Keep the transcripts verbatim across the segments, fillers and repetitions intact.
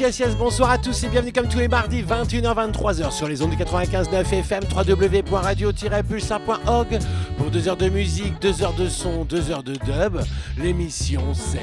yes, yes, bonsoir à tous et bienvenue comme tous les mardis, vingt et une heures vingt-trois heures sur les ondes du quatre-vingt-quinze neuf F M, w w w point radio tiret pulsar point org pour deux heures de musique, deux heures de son, deux heures de dub. L'émission c'est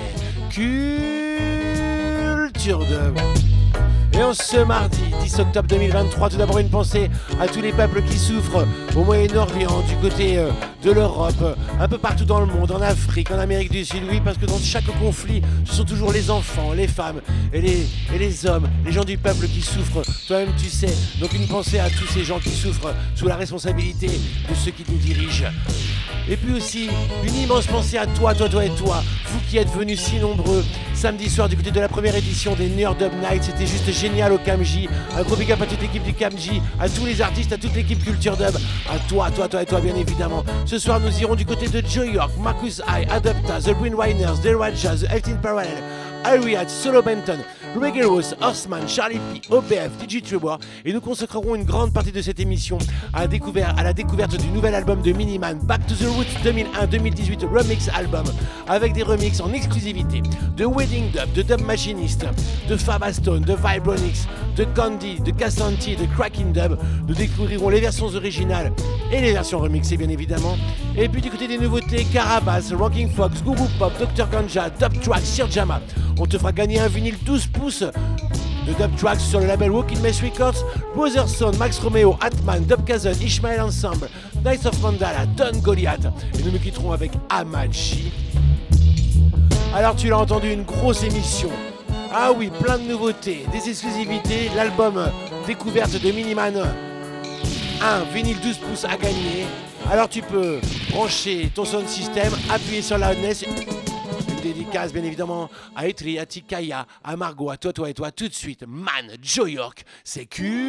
Culture Dub. Et en ce mardi dix octobre deux mille vingt-trois, tout d'abord une pensée à tous les peuples qui souffrent au Moyen-Orient, du côté euh, de l'Europe, euh, un peu partout dans le monde, en Afrique, en Amérique du Sud, oui, parce que dans chaque conflit, ce sont toujours les enfants, les femmes et les, et les hommes, les gens du peuple qui souffrent, toi-même tu sais. Donc une pensée à tous ces gens qui souffrent sous la responsabilité de ceux qui nous dirigent. Et puis aussi, une immense pensée à toi, toi, toi et toi, vous qui êtes venus si nombreux samedi soir du côté de la première édition des Nerd Dub Night. C'était juste génial au Camji. Un gros big up à toute l'équipe du Camji, à tous les artistes, à toute l'équipe Culture Dub, à toi, toi, toi et toi bien évidemment. Ce soir nous irons du côté de Joe York, Marcus I, Adapta, The Green Winers, The Rajas, The Elton Parallel, Ariat, Solo Benton, Reggae Rose, Horseman, Charlie P, O B F, D J Trevor, et nous consacrerons une grande partie de cette émission à, découvert, à la découverte du nouvel album de Miniman, Back to the Roots deux mille un deux mille dix-huit Remix Album, avec des remixes en exclusivité de Wedding Dub, de Dub Machinist, de Fabastone, de Vibronix, de Candy, de Cassanti, de Cracking Dub. Nous découvrirons les versions originales et les versions remixées bien évidemment. Et puis du côté des nouveautés, Carabas, Ranking Fox, Guru Pop, docteur Ganja, Dub Track, Sirjama. On te fera gagner un vinyle douze pouces de Dub Tracks sur le label Walking Mess Records, Brotherson, Max Romeo, Atman, Dub Kazan, Ishmael Ensemble, Knights of Mandala, Don Goliath. Et nous nous quitterons avec Amachi. Alors tu l'as entendu, une grosse émission. Ah oui, plein de nouveautés, des exclusivités, l'album découverte de Miniman, un vinyle douze pouces à gagner. Alors tu peux brancher ton sound system, appuyer sur la N E S. Dédicace bien évidemment à Etri, à Tikaya, à Margot, à toi, toi et toi, tout de suite, Man, Joe York, c'est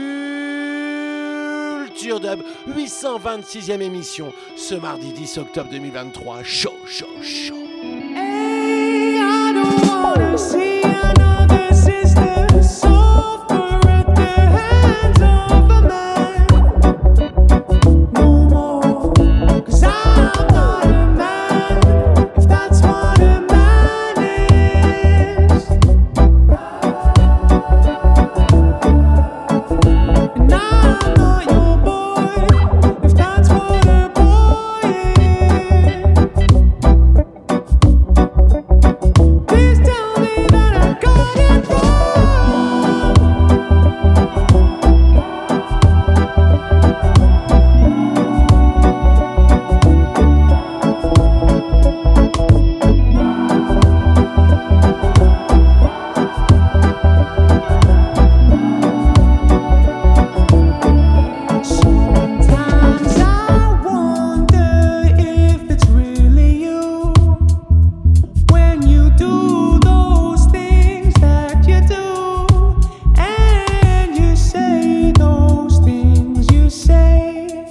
Culture Dub, huit cent vingt-sixième émission, ce mardi dix octobre deux mille vingt-trois, chaud, chaud, chaud. Hey, I don't wanna see another sister suffer at the hands of a man, no more, 'cause I'm not a man, if that's what a man is, and I'm not your boy, if that's what a boy is. Please tell me that I got it wrong. Sometimes I wonder if it's really you when you do those things that you do, and you say those things you say.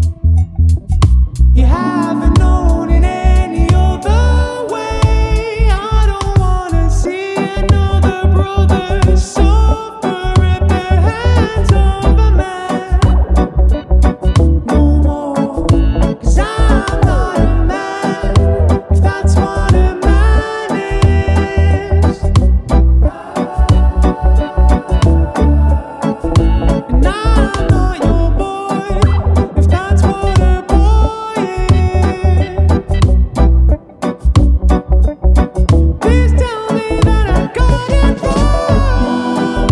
You haven't known it any other way. I don't wanna see another brother suffer at the hands of a man, no more, 'cause I'm not a man, if that's what a man is, and I'm not your boy, if that's what a boy is. Please tell me that I got it wrong.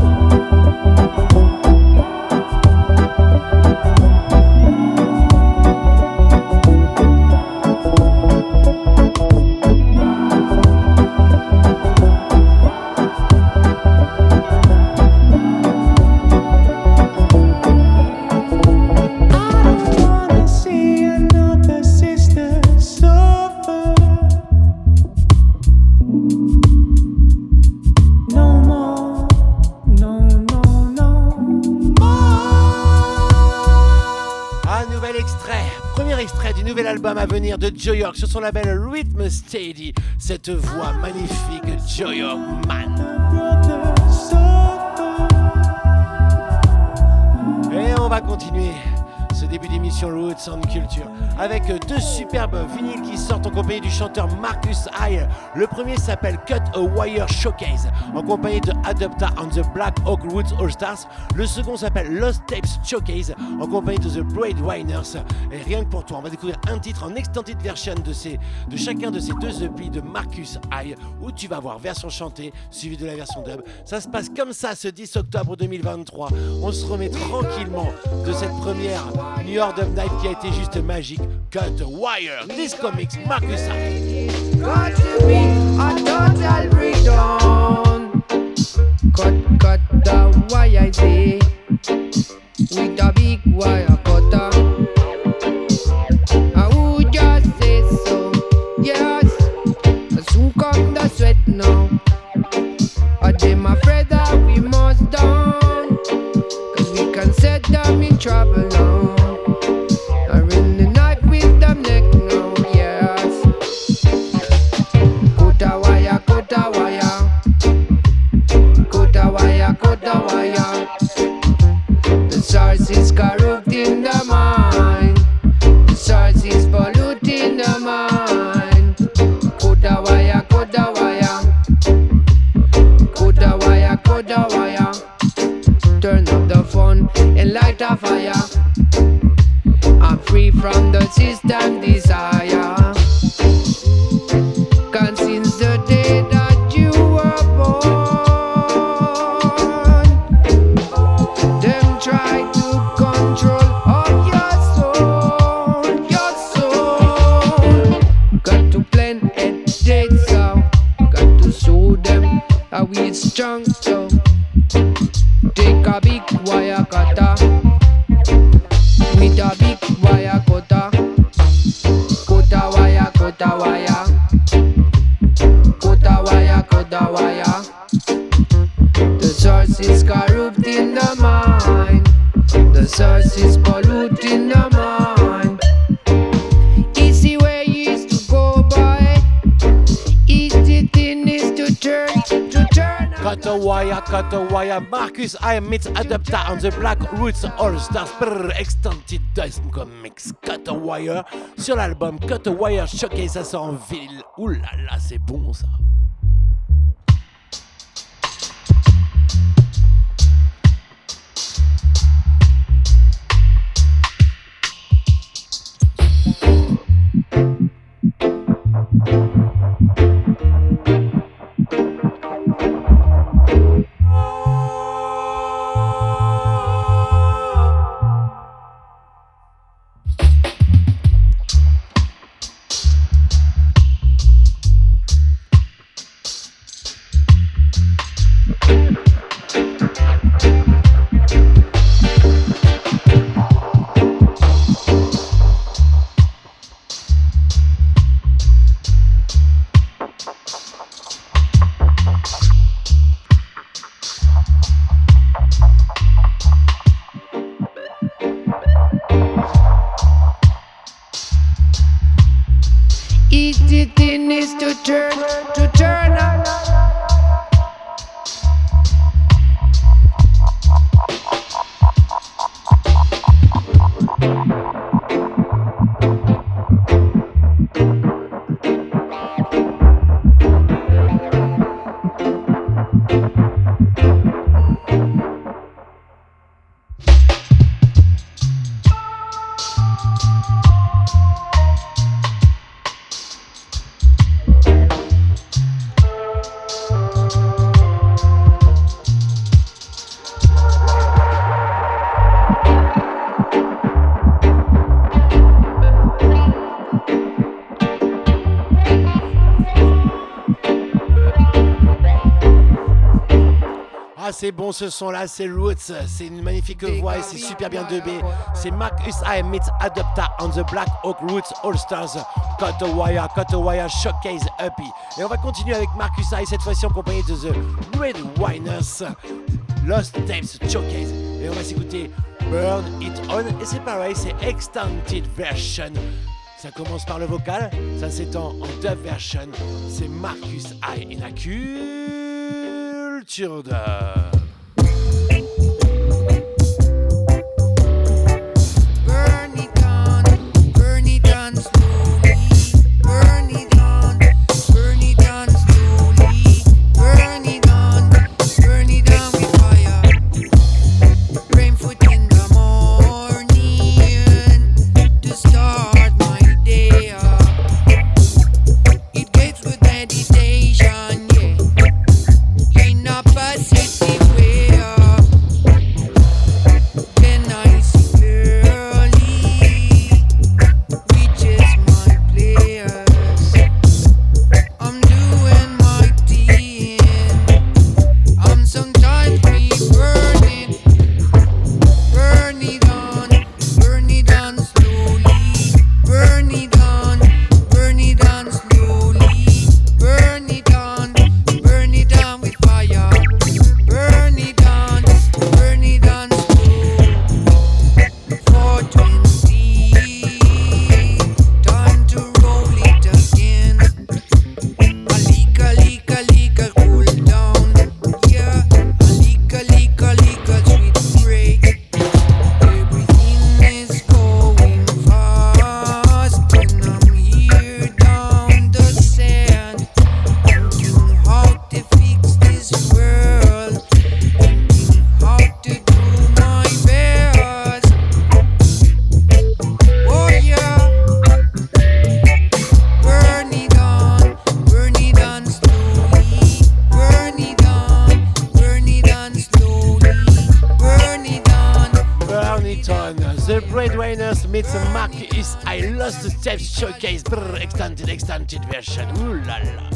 I don't wanna see another sister suffer, no more, no, no, no more. Un nouvel extrait, premier extrait du nouvel album à venir de Joe York sur son label Rhythm Steady. Cette voix magnifique, Joe York, Man. Brother suffer. Et on va continuer ce début d'émission Roots Roots on Culture, avec deux superbes vinyles qui sortent en compagnie du chanteur Marcus I. Le premier s'appelle Cut a Wire Showcase, en compagnie de Adopta and the Black Oak Roots All Stars. Le second s'appelle Lost Tapes Showcase, en compagnie de The Braidwiners. Et rien que pour toi, on va découvrir un titre en extended version de, ces, de chacun de ces deux E P de Marcus I, où tu vas voir version chantée, suivie de la version dub. Ça se passe comme ça ce dix octobre deux mille vingt-trois. On se remet tranquillement de cette première New York Dub Night qui a été juste magique. Cut a Wire, Disco Mix, Marcus I. Got to be a total breakdown. Cut, cut the wire day with a big wire cutter. I would just say so, yes. Soon come the sweat now. I them afraid that we must down, cause we can set them in trouble now. I ring the knife with them neck now, yes. Cut a wire, cut a wire. Cut a wire, cut a wire. The source is corrupting the mind. The source is polluting the mind. Cut a wire, cut a wire. Cut a wire, cut a wire. Turn up the phone and light a fire. I'm free from the system desire. Cause since the day that you were born, them try to control of your soul, your soul. Got to plan and date so, got to show them how we strong so. Take a big wire cutter with a big wire cutter. Cut a wire, cut a wire. Cut a wire, cut a wire. The source is corrupting the mind. The source is polluting the mind. Easy way is to go by. Easy thing is to turn, to turn. Cut a Wire, Cut a Wire, Marcus I meets Adapta on the Black Roots All Stars, brrr, Extended Disco Mix, Cut a Wire, sur l'album Cut a Wire Showcase, ça sort en ville. Ouh là là, c'est bon ça. Easy thing is to turn, to turn on. C'est bon ce son là, c'est Roots, c'est une magnifique voix et c'est super bien dubé. C'est Marcus I meets Adapta on the Black Oak Roots All Stars, Cut a Wire, Cut a Wire Showcase E P. Et on va continuer avec Marcus I, cette fois-ci en compagnie de The Braidwiners, Lost Tapes Showcase. Et on va s'écouter Burn It On, et c'est pareil, c'est Extended Version. Ça commence par le vocal, ça s'étend en dub version. C'est Marcus I in a culture de... Burn it on. Breadwinners meets Marcus. I Lost the Steps Showcase. Brr, extended, extended version. Ouh là là.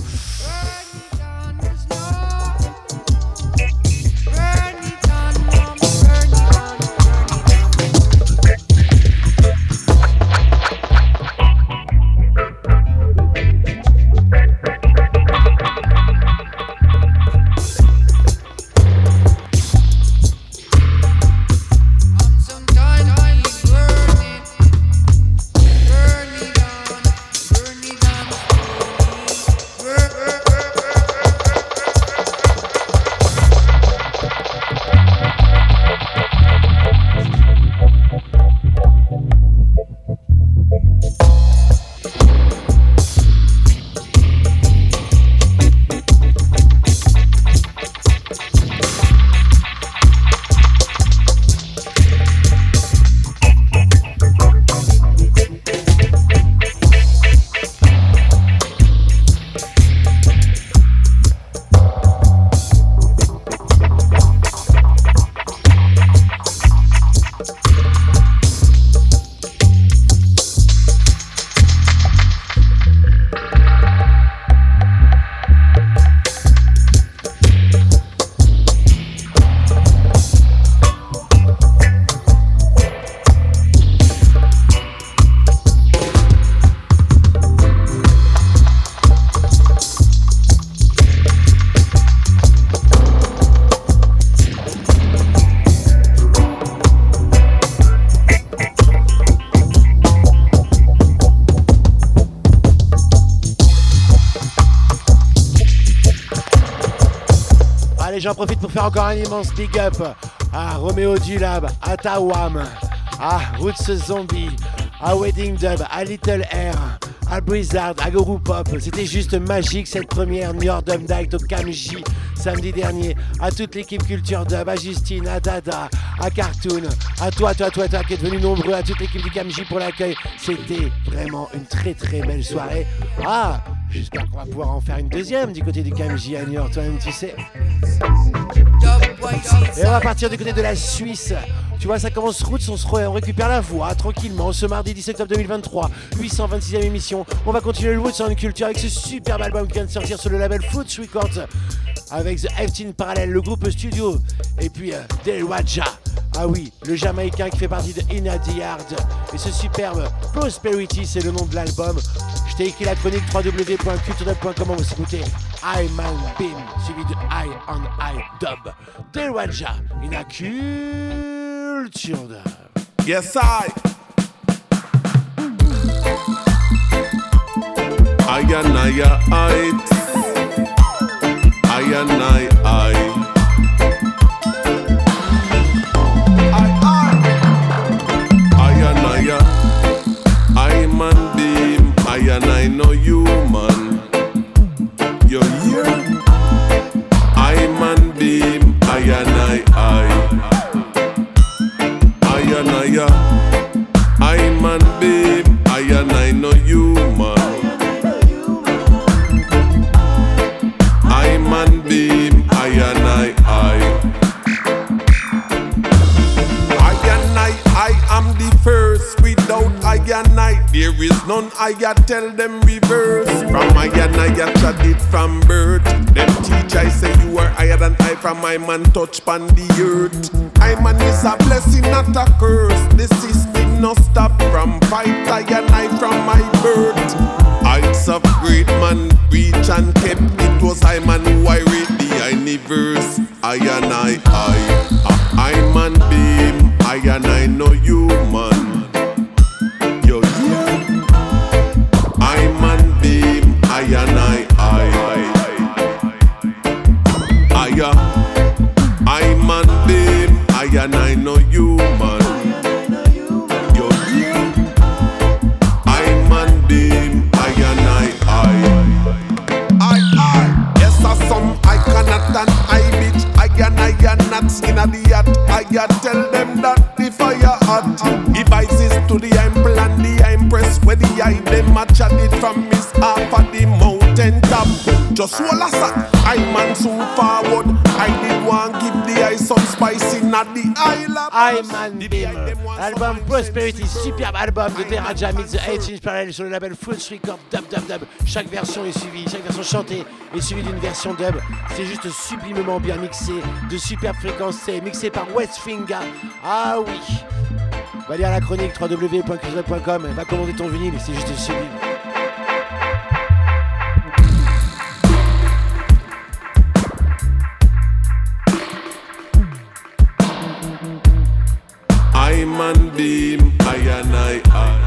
J'en profite pour faire encore un immense big up à Roméo Dulab, à Tawam, à Roots Zombie, à Wedding Dub, à Little Air, à Blizzard, à Guru Pop. C'était juste magique cette première New York Dub Night au Camji samedi dernier. À toute l'équipe Culture Dub, à Justine, à Dada, à Cartoon, à toi, toi, toi, toi qui êtes venus nombreux, à toute l'équipe du Camji pour l'accueil. C'était vraiment une très très belle soirée. Ah, j'espère qu'on va pouvoir en faire une deuxième du côté du Camji à New York, toi-même tu sais. Et on va partir du côté de la Suisse. Tu vois, ça commence Roots, on se re- on récupère la voix tranquillement ce mardi dix octobre deux mille vingt-trois, huit cent vingt-sixième émission. On va continuer le Roots en culture avec ce superbe album qui vient de sortir sur le label Fruits Records avec The F-Teen Parallel, le groupe studio, et puis euh, Del Waja. Ah oui, le Jamaïcain qui fait partie de Inna the Yard. Et ce superbe Prosperity, c'est le nom de l'album. Je t'ai écrit la chronique w w w point culture dub point com, on va s'écouter I Man Beam, suivi de I on I Dub. Del Waja, in a culture dub. Yes, I. I and I, I. I and I, I. I man beam, I and I know you man. You're here. I man beam, I and I, I. I and I, I man beam, I and I know you man. I man beam, I and I, I. I am the first, without I and I, there is none. I tell them reverse. From I and I, I chat it from birth. Them teach I say you are higher than I. From my man touch pan the earth. I man is a blessing, not a curse. The system no stop from fight I and I from my birth. Heights of great man reach and kept. It was I man who I read the universe. I and I, I, I, I man beam. I and I know you man. You're here. I man beam. I and I, I, I, I, I man beam. I and I know you man. You're here. I man beam. I and I, I, I, I. Yes, I some I cannot and I bitch. I and I am not skin of the yacht. I tell them that the fire hot. If I says to the ample and the empress, where the eye them match at it from Miss half of the mountain top. Just hold a sack, I man so forward. I did want give the eye some space. sacrifice in at the Isle of Iman Beam, album Prosperity, superbe album de Deraja meets the eight inch Parallel sur le label Fruits Record, dub dub dub. Chaque version est suivie, chaque version chantée est suivie d'une version dub. C'est juste sublimement bien mixé, de superbes fréquences, c'est mixé par Westfinger. Ah oui. Va lire la chronique w w w point cruiser point com, va commander ton vinyle, c'est juste sublime. Iman Beam, I and I, I.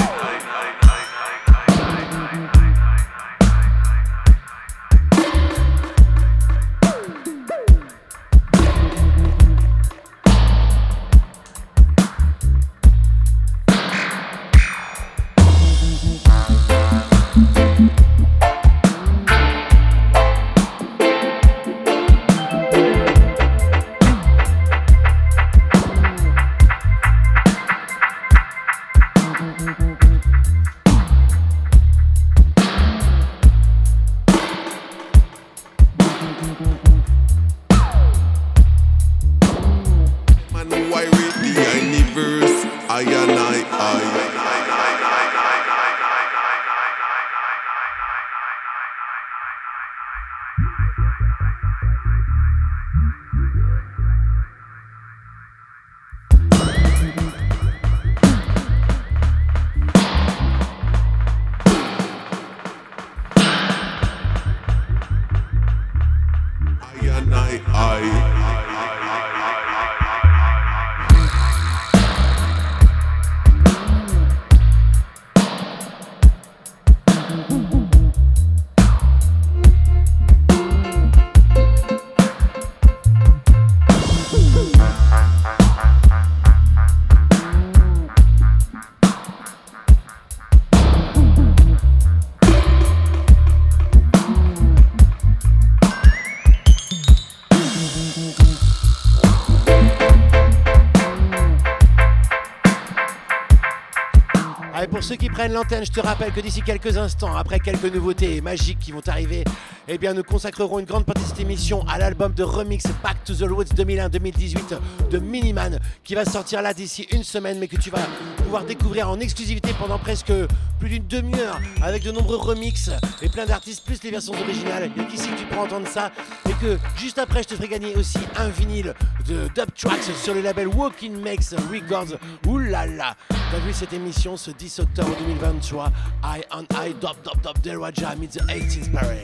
Ceux qui prennent l'antenne, je te rappelle que d'ici quelques instants, après quelques nouveautés magiques qui vont arriver, eh bien nous consacrerons une grande partie de cette émission à l'album de remix Back to the Roots deux mille un deux mille dix-huit de Miniman qui va sortir là d'ici une semaine, mais que tu vas pouvoir découvrir en exclusivité pendant presque plus d'une demi-heure avec de nombreux remixes et plein d'artistes plus les versions originales. Il y a qu'ici que tu pourras entendre ça et que juste après je te ferai gagner aussi un vinyle de Dub Tracks sur le label Walking Makes Records. Ouh là là, t'as vu cette émission ce dix octobre deux mille vingt-trois, I on I, Dub Dub Dub, Deraja meets the eighteenth Parallel.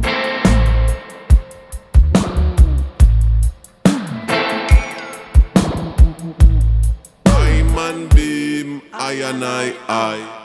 Iman Beam, I and I, I.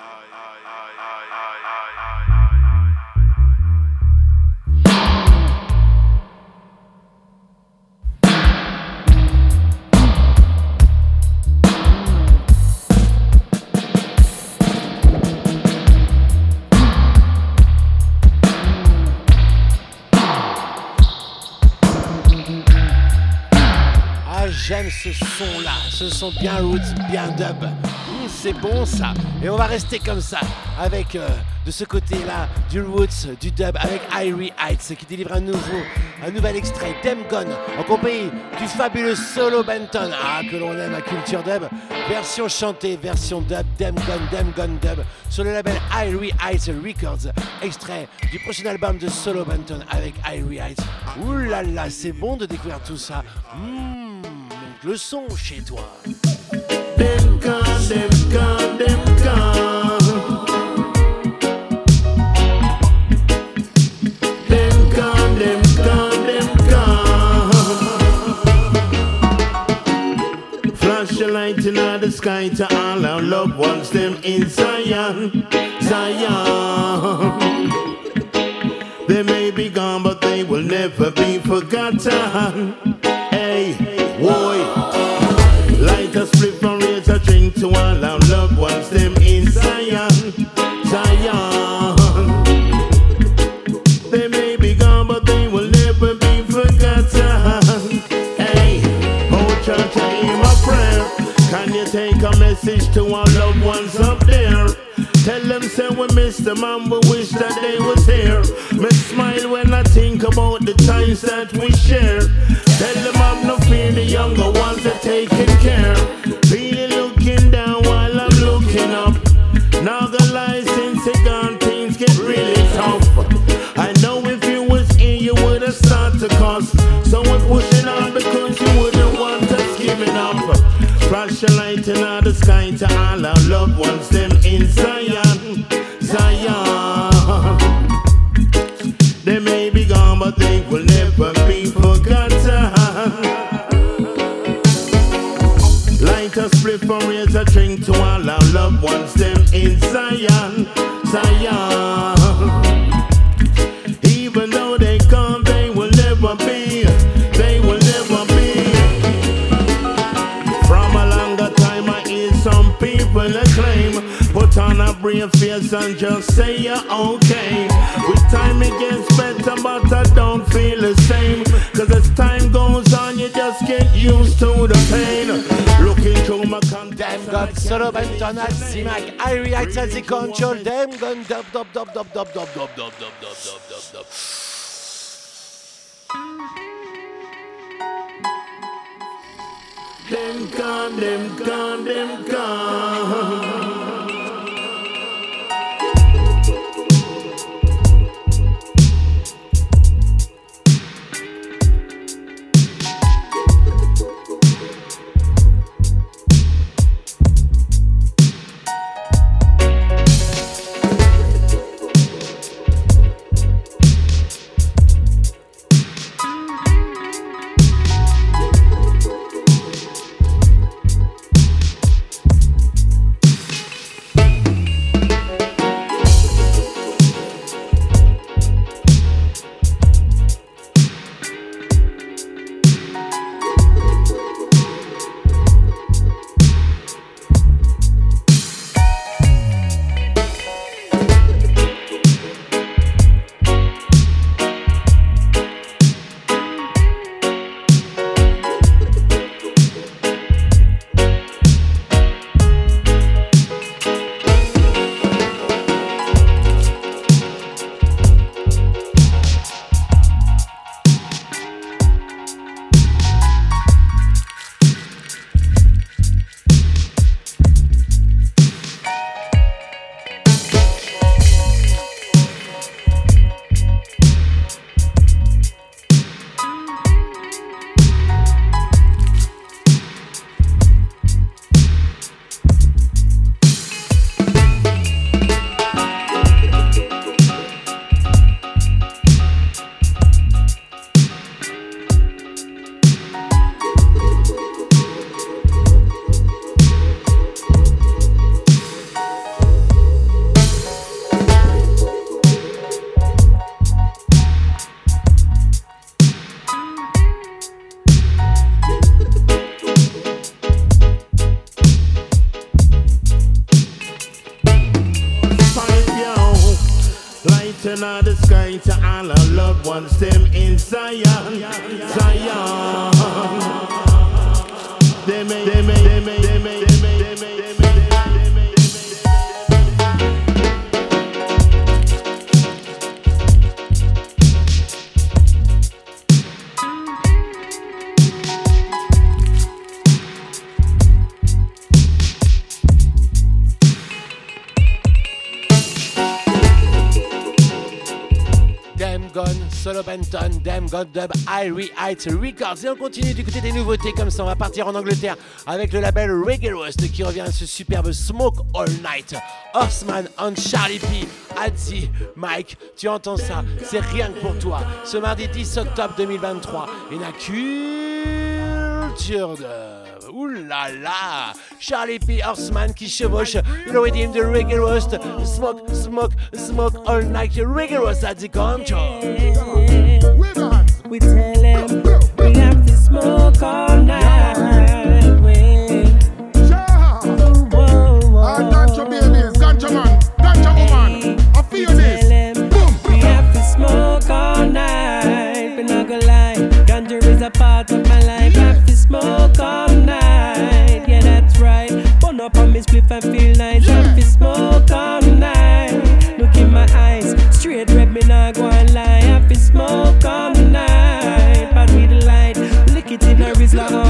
J'aime ce son-là, ce son bien roots, bien dub. Mmh, c'est bon ça. Et on va rester comme ça, avec euh, de ce côté-là du roots, du dub, avec Irie Heights qui délivre un nouveau, un nouvel extrait, Dem Gun, en compagnie du fabuleux Solo Benton. Ah, que l'on aime à Culture Dub. Version chantée, version dub, Dem Gun, Dem Gun dub, sur le label Irie Heights Records. Extrait du prochain album de Solo Benton avec Irie Heights. Ouh là là, c'est bon de découvrir tout ça. Mmh. Le son chez toi. Dem gun, dem gun, dem gun. Dem gun, dem gun, dem gun. Flash a light in the sky to all our loved ones, them in Zion, Zion. They may be gone, but they will never be forgotten. Hey, boy, light a split and raise a drink to all our loved ones, them in Zion, Zion. They may be gone, but they will never be forgotten. Hey, oh church, I hear my prayer. Can you take a message to our loved ones up there? Tell them say we miss them and we wish that they was here. Me smile when I think about the times that we share. Tell them I'm no fear, the younger ones are taking care. Really looking down while I'm looking up. Now the license is gone, things get really tough. I know if you was here, you would have started to cuss. So we're pushing on because you wouldn't want us giving up. Flash a light in the sky to all our loved ones, them in Zion, Zion. They may be gone, but they will never be forgotten. Light a spliff and raise a drink to all our loved ones, them in Zion, Zion. Even though they come, they will never be, they will never be. From a longer time I hear some people acclaim. Put on a brave face and just say you're okay. With time it gets better, but I don't feel the same. Cause as time goes on, you just get used to the pain. Looking through my contact. Them gun solo Benton at C-Mac. I react as the control. Them gun dub dub dub dub dub dub dub dub dub dub dub dub dub. Them gone, them gone, them gone. Lighten up the sky to all our loved ones, them in Zion, Zion. They may, they may, they may, they may, they may, they may, they may. Solo Benton, Dem God Dub, Irie Heights Records. Et on continue du côté des nouveautés comme ça. On va partir en Angleterre avec le label Reggae Roast qui revient à ce superbe Smoke All Night. Horseman and Charlie P. Adzi, Mike, tu entends ça? C'est rien que pour toi. Ce mardi dix octobre deux mille vingt-trois, une culture de... Ouh là là, Charlie P. Horseman qui chevauche le rythme de Reggae Roast. Smoke, smoke, smoke all night. Reggae Roast at the control. We tell him we have to smoke all night. We, whoa, whoa. Ganja babies, ganja man, ganja woman. I feel this. Boom. We have to smoke all night. But not gonna lie, ganja is a part of my life. I have to smoke all night. Yeah, that's right. Burn up on me spliff and feel nice. I have to smoke all night.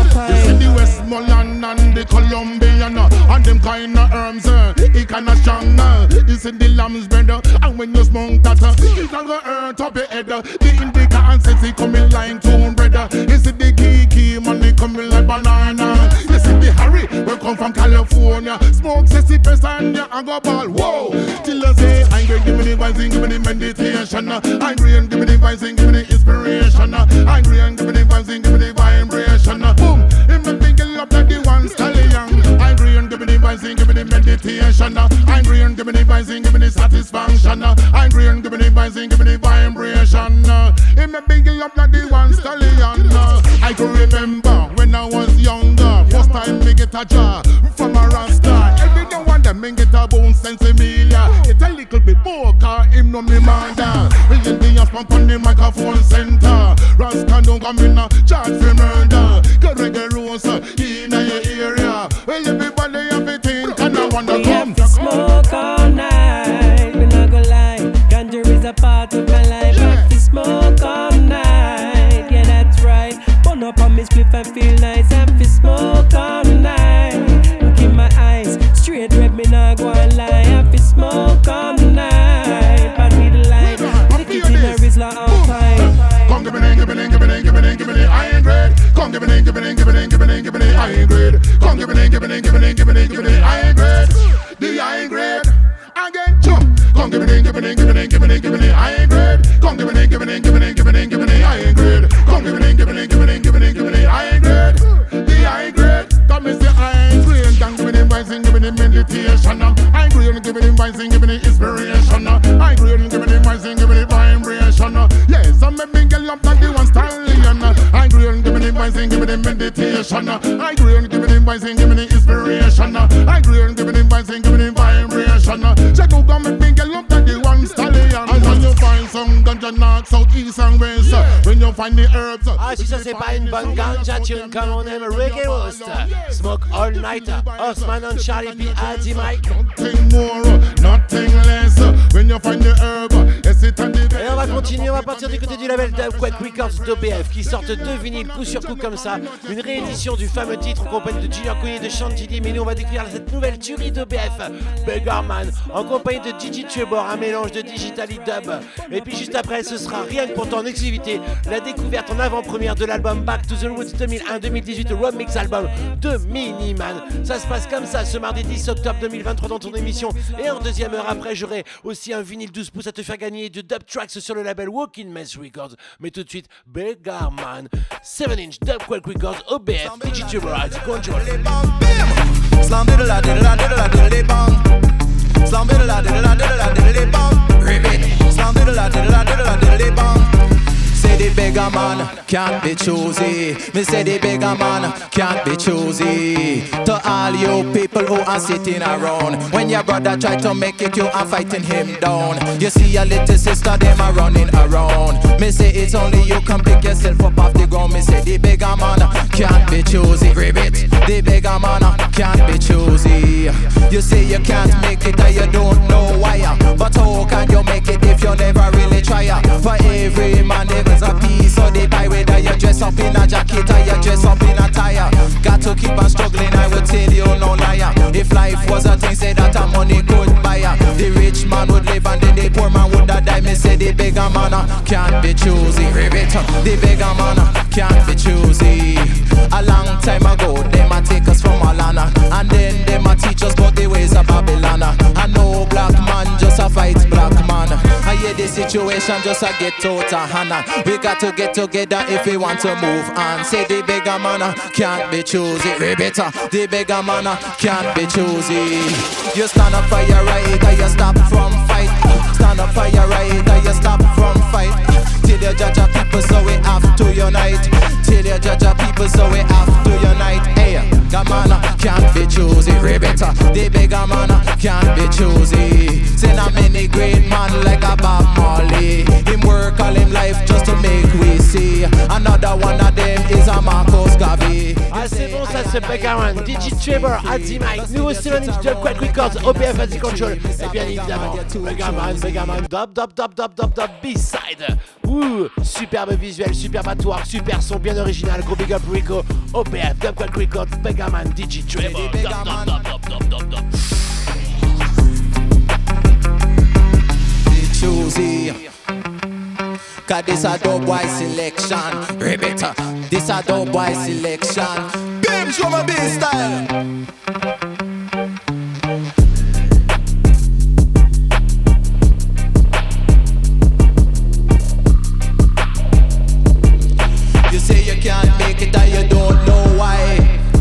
You see the Westmoreland and the Colombian uh, and them kind of herbs, uh, it kinda strong. Uh, you see the lamb's bread, uh, and when you smoke that, uh, it can go hurt up your head. Uh, the indica and sexy coming like two bread. Uh, you see the kiki money coming like banana. You see the Harry, we come from California. Smoke sexy person, and go ball. Whoa, till I say I ain't give me the vibes, give me the meditation. Uh, I agree and give me the vibes, give me the inspiration. Uh, I agree and give me the vibes, give me the vibration. Uh, boom, it make me get up like the one stallion. I agree and give me the vibes, give me the meditation. Uh, I agree and give me the vibes, give me the satisfaction. Uh, I agree and give me the vibes, give me the vibration. Uh, it make me get up like the one stallion. Uh, I can remember when I was younger, first time me get a jar from a rasta. Every now and then me get a bone sense Emilia. It's a little bit more car him no me mother. We get the ass pump on the microphone center. Rasta don't come in a charge for murder. Get reggae rules uh, in your area. Well everybody have a think and I wanna we come. have to smoke all night. We not gonna lie, ganja is a part of my life. Yeah. Have to smoke all night. Yeah, that's right. Burn up on me spliff and feel nice. Have to smoke all night. Look in my eyes, straight red me not go and lie. Have to smoke all night. But we the light, take it in a Rizla all time. Come give me, give me, give me, give me, give me, I ain't great. Come give me, give me, give me, give me, give me, I ain't great. Come give me, give me, give me, give me, give me, I ain't great. The I ain't great. Again, jump. Come give me, give me, give me, give me, give me, I ain't great. Come give me, give me, give me, give me, give me, I ain't great. Come give me, give me, give me, give me, give me, I ain't great. The I ain't great. Come and say I ain't great. Don't give me the rising, give me the meditation. I ain't great. Give me the rising, give me the inspiration. I ain't great. Give me the rising, give me the vibration. Yes, I'm a big girl up like the one stallion. I ain't great. Give me the rising, give me the meditation. I ain't great. Give me the rising, give me the inspiration. I ain't great. Give me the rising, give me the vibration. Check out come and big girl up like the one stallion. And when you find some ganja knocks south, east and west, when you find the herbs. Ah, si ça c'est pas une bonne ganja tune comme on aime Reggae Roast. Smoke All Night, Osman and Charlie P. Adi Mike. Nothing more, nothing less. When you find the herb, yes it and the Et on va continuer, on va partir du côté du label Dubquake Records d'O B F qui sortent deux vinyles coup sur coup comme ça. Une réédition du fameux titre en compagnie de Junior Queen et de Chantilly. Mais nous on va découvrir cette nouvelle tuerie d'O B F, Beggarman, en compagnie de Gigi Trebor, un mélange de digital et dub. Et puis juste après ce sera rien que pour toi en exclusivité la découverte en avant-première de l'album Back to the Roots deux mille un deux mille dix-huit, le remix album de Miniman. Ça se passe comme ça ce mardi dix octobre deux mille vingt-trois dans ton émission. Et en deuxième heure après j'aurai aussi un vinyle douze pouces à te faire gagner de dub tracks sur le label Walking Mess Records. Mais tout de suite Beggarman, sept inch Dubquake Records, O B F, Digi Trebor, control. Slam diddle la diddle la diddle la diddle bang. Slam diddle la diddle la diddle la diddle bang. Ribbit. Slam diddle la diddle la diddle la diddle bang. Say the beggar man can't be choosy. Me say the beggar man can't be choosy. To all you people who are sitting around, when your brother try to make it, you are fighting him down. You see your little sister, them are running around. Me say it's only you can pick yourself up off the ground. Me say the beggar man can't be choosy. Ribbit. The beggar man can't be choosy. You say you can't make it and you don't know why. But how can you make it if you never really try? For every man there's a piece, so they buy whether you dress up in a jacket or you dress up in a tire. Got to keep on struggling, I will tell you no liar. If life was a thing, say that a money could buy ya. The rich man would live and then the poor man would die. Me say the beggar man can't be choosy. Ribbit. The beggar man can't be choosy. A long time ago, them a take us from Alana, and then them a teach us about the ways of Babylon. I know black man just a fight black man. I hear the situation just a get out of hand. We got to get together if we want to move on. Say the beggar man can't be choosy. Ribbit. The beggar man can't be choosy. You stand up for your right or you stop from fight. Stand up for your right or you stop from fight. Till you judge a people so we have to unite. Till you judge a people so we have to unite. Hey, the man can't be choosy. Ribbit. The beggar man can't be choosy. Say not many great man like a Bob Marley. Him work all him life just to make we see. Another one of them is a Marcus Garvey. Ah c'est bon, ça se Begaman, D J Trevor at the mic, nouveau seven inch de Quack Records, O P F at the control, et bien évidemment, Begaman, Begaman, dub, dub, dub, dub, dub, dub, B-side. Ouh, superbe visuel, superbe attoire, super son, bien original, gros big up Rico, O P F, Dub Quack Records, Begaman, D J Trevor, dub, dub, dub, dub, dub, dub, dub. Choosy, cause this a dope boy selection. Ribbit, this a dope boy selection. Bim, show my big style. You say you can't make it and you don't know why.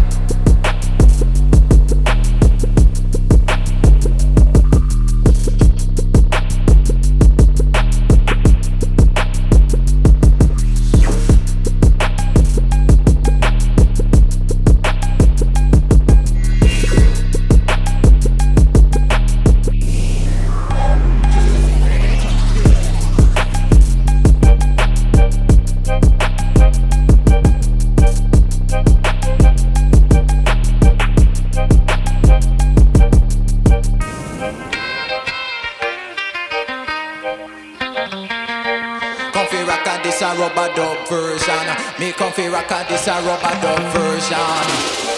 This a rubber dub version. Me comfy rock a this a rubber dub version.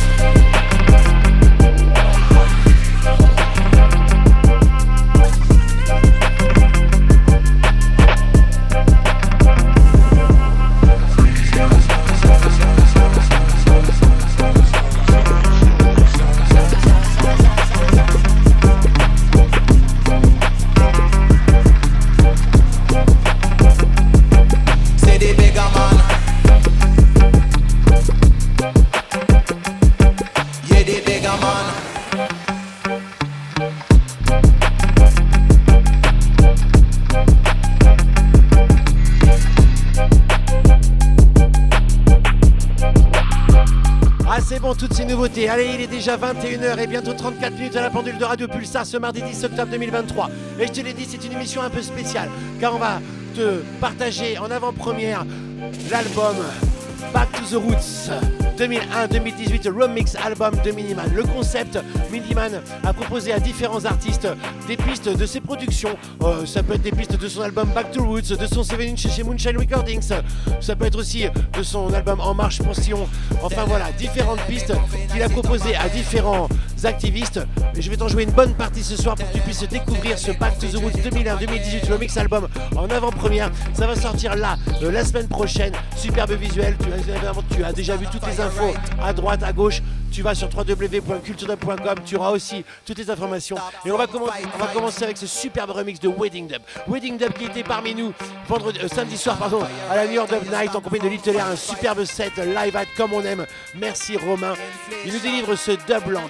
Toutes ces nouveautés. Allez, il est déjà vingt et une heures et bientôt trente-quatre minutes à la pendule de Radio Pulsar ce mardi dix octobre deux mille vingt-trois. Et je te l'ai dit, c'est une émission un peu spéciale car on va te partager en avant-première l'album Back to the Roots deux mille un deux mille dix-huit remix album de Miniman. Le concept, Miniman a proposé à différents artistes des pistes de ses productions. Euh, ça peut être des pistes de son album Back to Roots, de son seven inch chez Moonshine Recordings. Ça peut être aussi de son album En Marche pour Sion. Enfin voilà, différentes pistes qu'il a proposées à différents activistes. Et je vais t'en jouer une bonne partie ce soir pour que tu puisses découvrir ce Back to the Roots deux mille un deux mille dix-huit remix album en avant-première. Ça va sortir là, euh, la semaine prochaine. Superbe visuel. Tu as, tu as déjà vu toutes les infos à droite, à gauche. Tu vas sur w w w point culturedub point com, tu auras aussi toutes les informations. Et on va, comm- on va commencer avec ce superbe remix de Wedding Dub. Wedding Dub qui était parmi nous vendredi, euh, samedi soir pardon, à la New York Dub Night en compagnie de Little Air, un superbe set live at comme on aime. Merci Romain. Il nous délivre ce Dubland,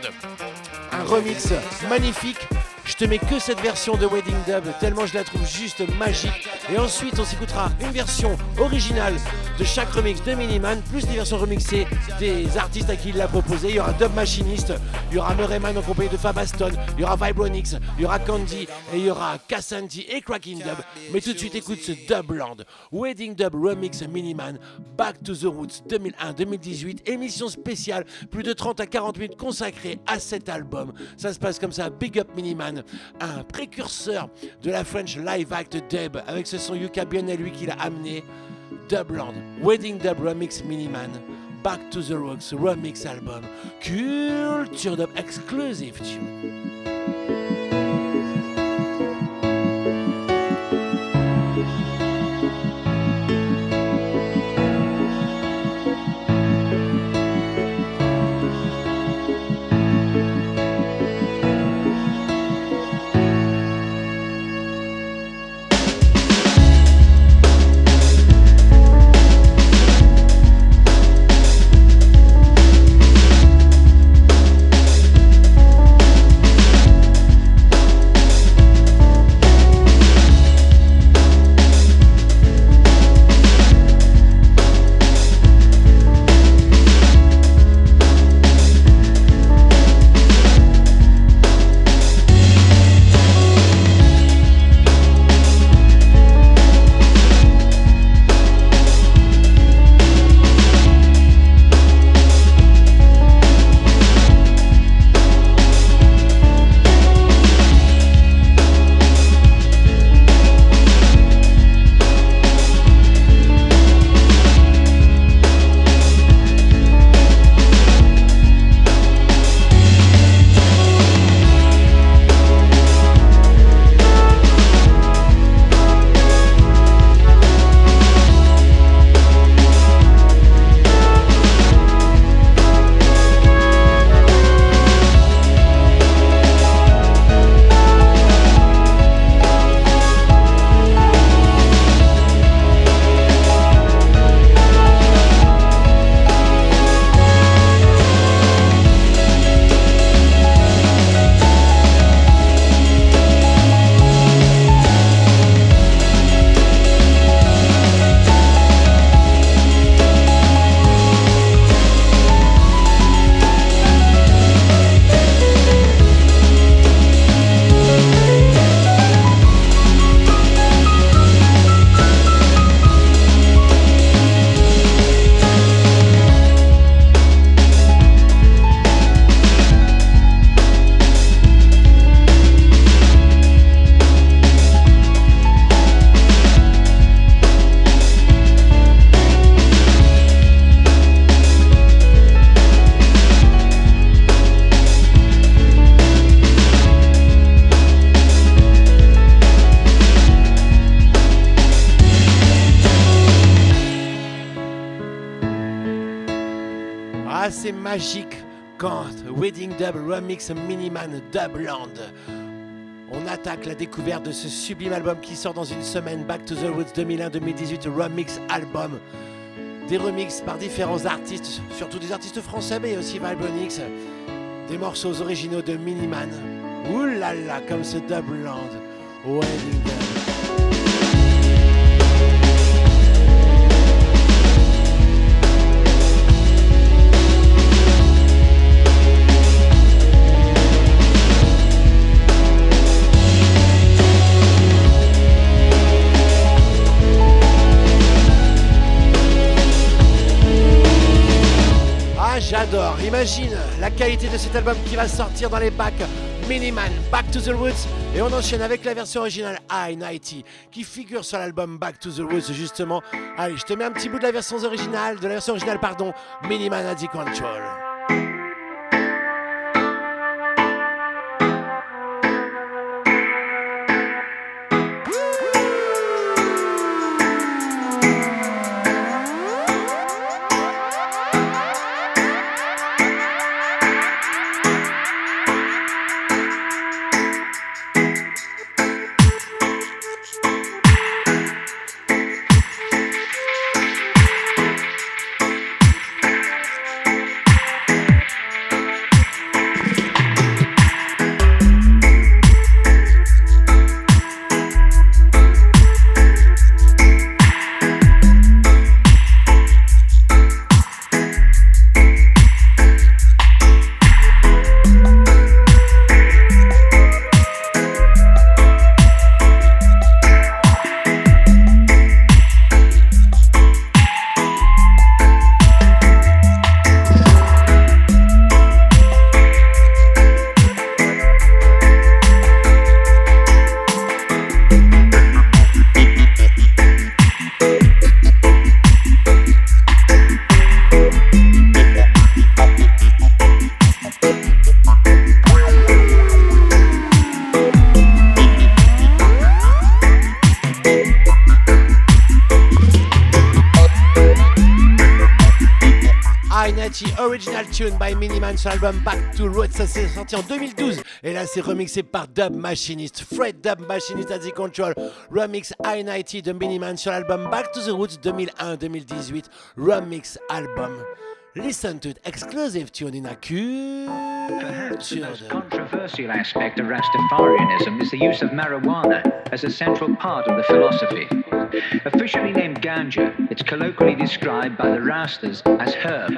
un remix magnifique. Je te mets que cette version de Wedding Dub, tellement je la trouve juste magique. Et ensuite, on s'écoutera une version originale de chaque remix de Miniman, plus des versions remixées des artistes à qui il l'a proposé. Il y aura Dub Machinist, il y aura Murrayman en compagnie de Fabaston, il y aura Vibronix, il y aura Candy, et il y aura Cassanti et Cracking Dub. Mais tout de suite, écoute ce Dubland, Wedding Dub Remix Miniman, Back to the Roots deux mille un deux mille dix-huit, émission spéciale, plus de trente à quarante minutes consacrées à cet album. Ça se passe comme ça, Big Up Miniman, un précurseur de la French Live Act Dub, avec ce son Yuka Bionel, lui qui l'a amené. Dubland, Wedding Dub Remix Miniman, Back to the Roots Remix Album, Culture Dub Exclusive Tune. Ah, c'est magique quand Wedding Dub Remix Miniman Dubland. On attaque la découverte de ce sublime album qui sort dans une semaine, Back to the Roots deux mille un deux mille dix-huit Remix Album. Des remixes par différents artistes, surtout des artistes français, mais aussi Valbonix. Des morceaux originaux de Miniman. Ouh là là, comme ce Dubland. Wedding Dub. J'adore, imagine la qualité de cet album qui va sortir dans les bacs. Miniman, Back to the Roots. Et on enchaîne avec la version originale I quatre-vingt-dix qui figure sur l'album Back to the Roots justement. Allez, je te mets un petit bout de la version originale, de la version originale pardon, Miniman A D Control. Original tune by Miniman sur l'album Back to Roots, ça s'est sorti en deux mille douze et là c'est remixé par Dub Machinist, Fred Dub Machinist A D Control, remix I quatre-vingt-dix de Miniman sur l'album Back to the Roots deux mille un deux mille dix-huit, remix album. Listen to it, exclusive tune in a culture. Perhaps the most controversial aspect of Rastafarianism is the use of marijuana as a central part of the philosophy. Officially named ganja, it's colloquially described by the Rastas as herb.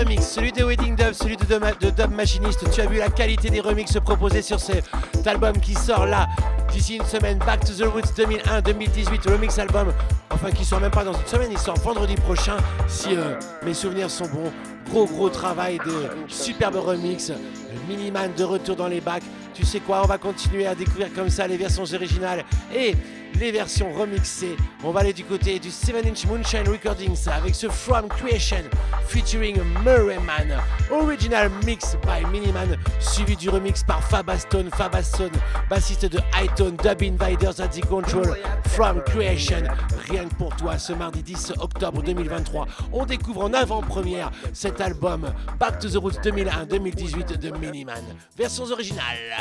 remix, celui de Wedding Dub, celui de Dub, de Dub Machiniste. Tu as vu la qualité des remixes proposés sur cet album qui sort là d'ici une semaine. Back to the Roots deux mille un deux mille dix-huit, remix album, enfin qui sort même pas dans une semaine, il sort vendredi prochain si euh, mes souvenirs sont bons. Gros gros travail de superbe remix. Miniman de retour dans les bacs. Tu sais quoi, on va continuer à découvrir comme ça les versions originales et les versions remixées. On va aller du côté du seven inch Moonshine Recordings avec ce From Creation featuring Murray Man. Original mix by Miniman, suivi du remix par Fabastone. Fabastone, bassiste de Hightone, Dub Invaders at the Control. From Creation, rien que pour toi, ce mardi dix octobre deux mille vingt-trois. On découvre en avant-première cet album Back to the Roots deux mille un deux mille dix-huit de Miniman. Versions originales.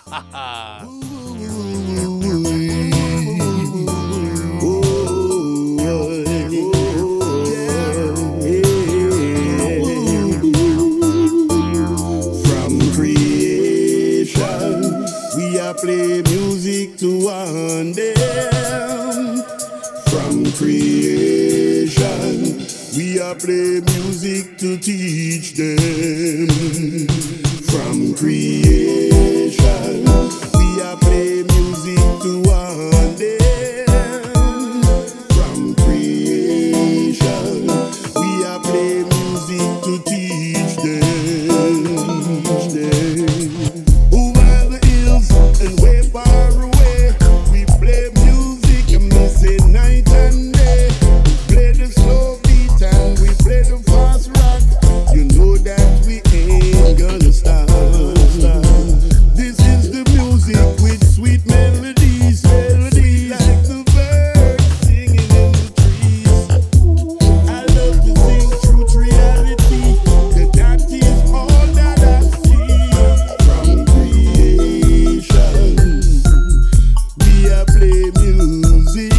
From creation, we are play music to one them. From creation, we are play music to teach them. From creation, we are play music to one them. From creation, we are play music to teach them. Teach them. Over the hills and way far away, we play music and we say night and day. We play the slow beat and we play the fast rock. You know that we ain't gonna stop. This is the music with sweet melodies, melodies like the birds singing in the trees. I love to sing truth, reality, 'cause that is all that I see. From creation, we are play music.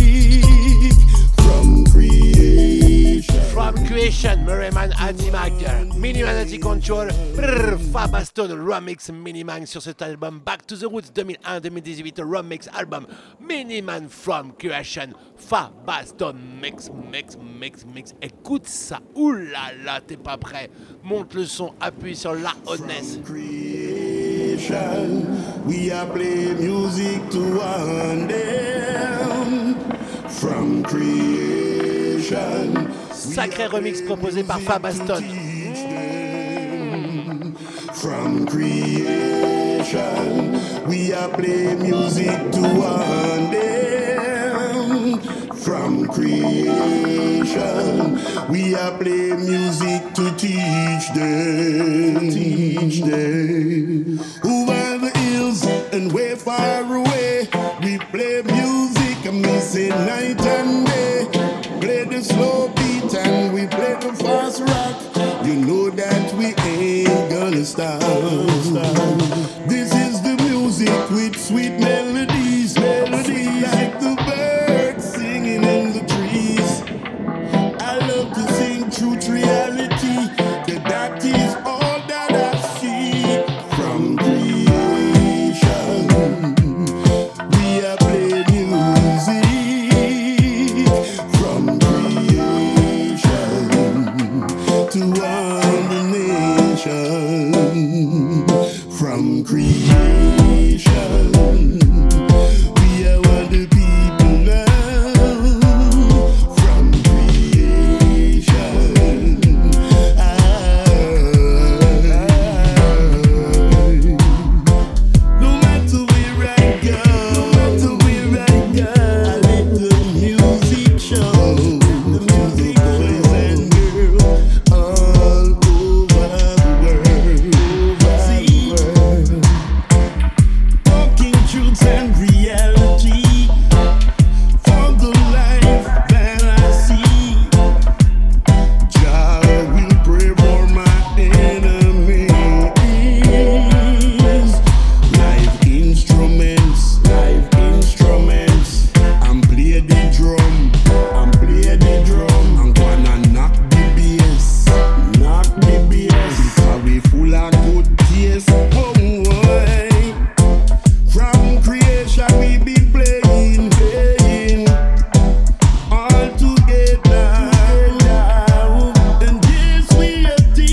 From creation. From Creation, Murray Man, Animag, Miniman at the Control, brrr, Fabastone, Remix Miniman sur cet album Back to the Roots deux mille un deux mille dix-huit, Remix album Miniman From Creation, Fabastone, mix, mix, mix, mix. Écoute ça, oulala, t'es pas prêt. Monte le son, appuie sur la honnête. Creation, we are play music to one them. From creation, Sacré remix proposé par Fabastone. from creation, we are play music to one them. From creation, we are play music to teach them. Teach them. Over the hills and way far away, we play music and we say night and day. Play the slow beat and we play the fast rock. You know that we ain't gonna stop. This is the music with sweet melodies, melodies like the birds singing in the trees. I love to sing truth, reality, 'cause that is all that I see. From creation, we are play music. From creation to one the nation. From creation, we are one the people now. From creation, I, no matter where I go, no matter where I go, I let the music show. The music boys and girls all over the world. See, talking truth and reality for the life that I see. Jah will pray for my enemies. Live instruments, live instruments. I'm play the drum, I'm play the drum. I'm gonna knock the bass, knock the bass. Because we full of good taste. Oh, boy. From creation we been playing, playing all together. And yes, we are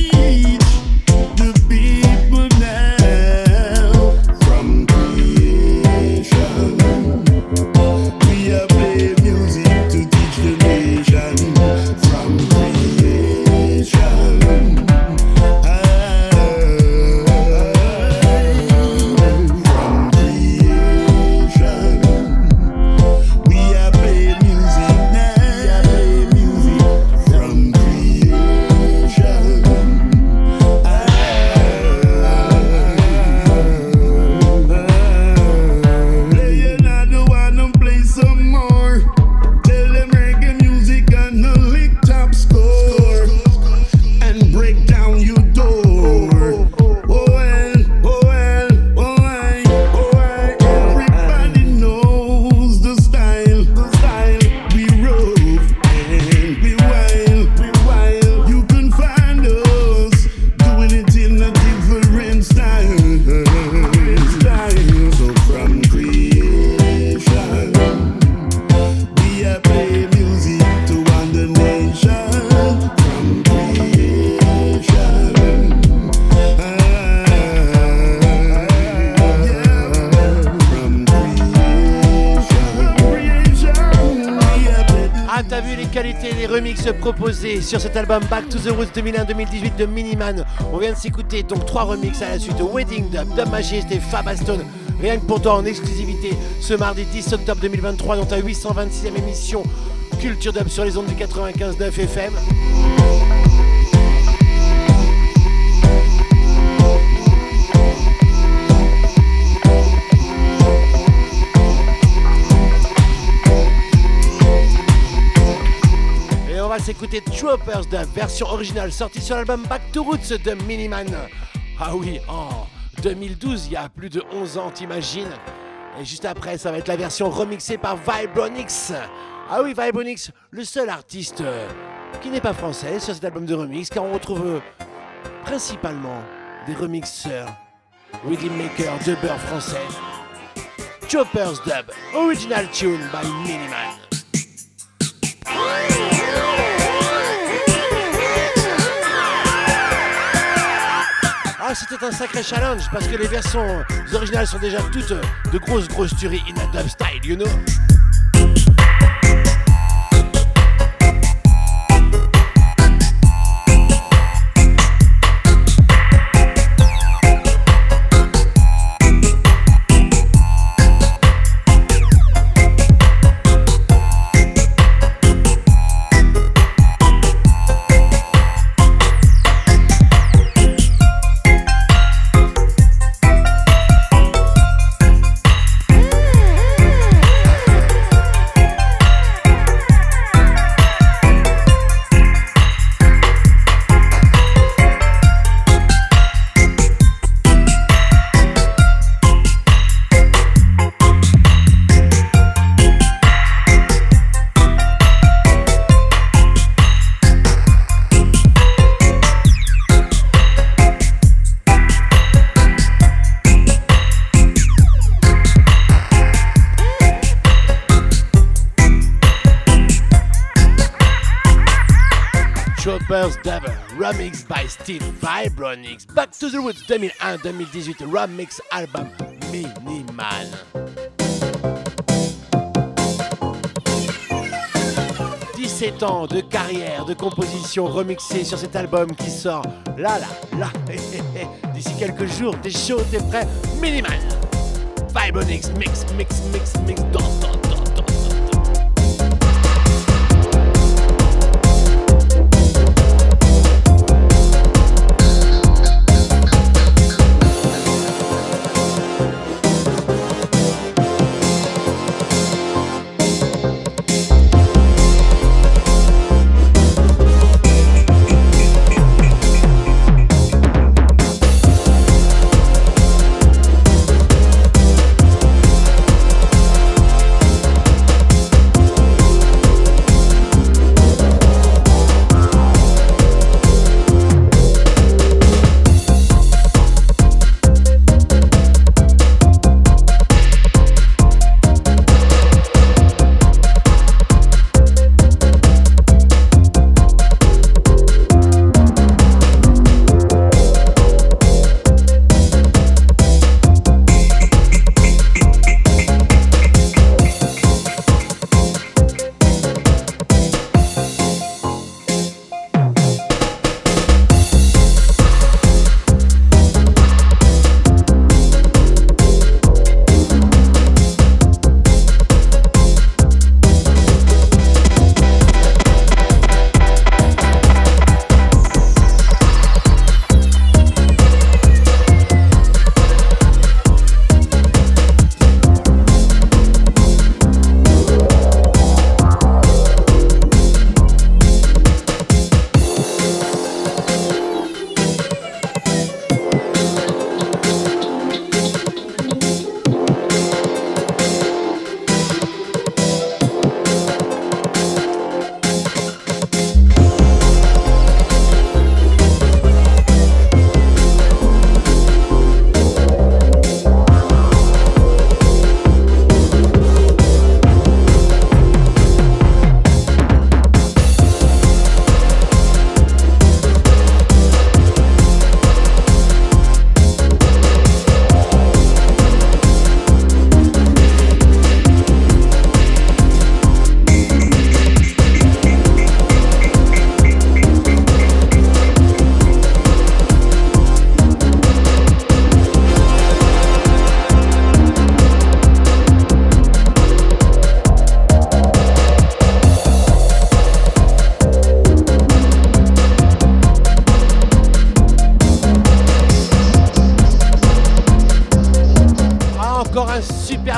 remixes proposés sur cet album Back to the Roots deux mille un deux mille dix-huit de Miniman. On vient de s'écouter donc trois remixes à la suite: Wedding Dub, Dub Majesté, Fab Aston. Rien que pour toi en exclusivité ce mardi dix octobre deux mille vingt-trois dans ta huit cent vingt-sixième émission Culture Dub sur les ondes du quatre-vingt-quinze neuf F M. On va s'écouter Troopers Dub, version originale sortie sur l'album Back to Roots de Miniman. Ah oui, en deux mille douze, il y a plus de onze ans, t'imagines. Et juste après, ça va être la version remixée par Vibronix. Ah oui, Vibronix, le seul artiste euh, qui n'est pas français sur cet album de remix, car on retrouve euh, principalement des remixeurs, rhythm makers, dubbers français. Troopers Dub, original tune by Miniman. Ah, c'était un sacré challenge parce que les versions originales sont déjà toutes de grosses grosses tueries in a dub style, you know. Troopers Dub, remix by Steve Vibronix. Back to the Roots deux mille un deux mille dix-huit, remix album Miniman. dix-sept ans de carrière, de composition remixée sur cet album qui sort là, là, là. D'ici quelques jours, t'es chaud, t'es prêt, Miniman. Vibronix, mix, mix, mix, mix, danse, danse, danse.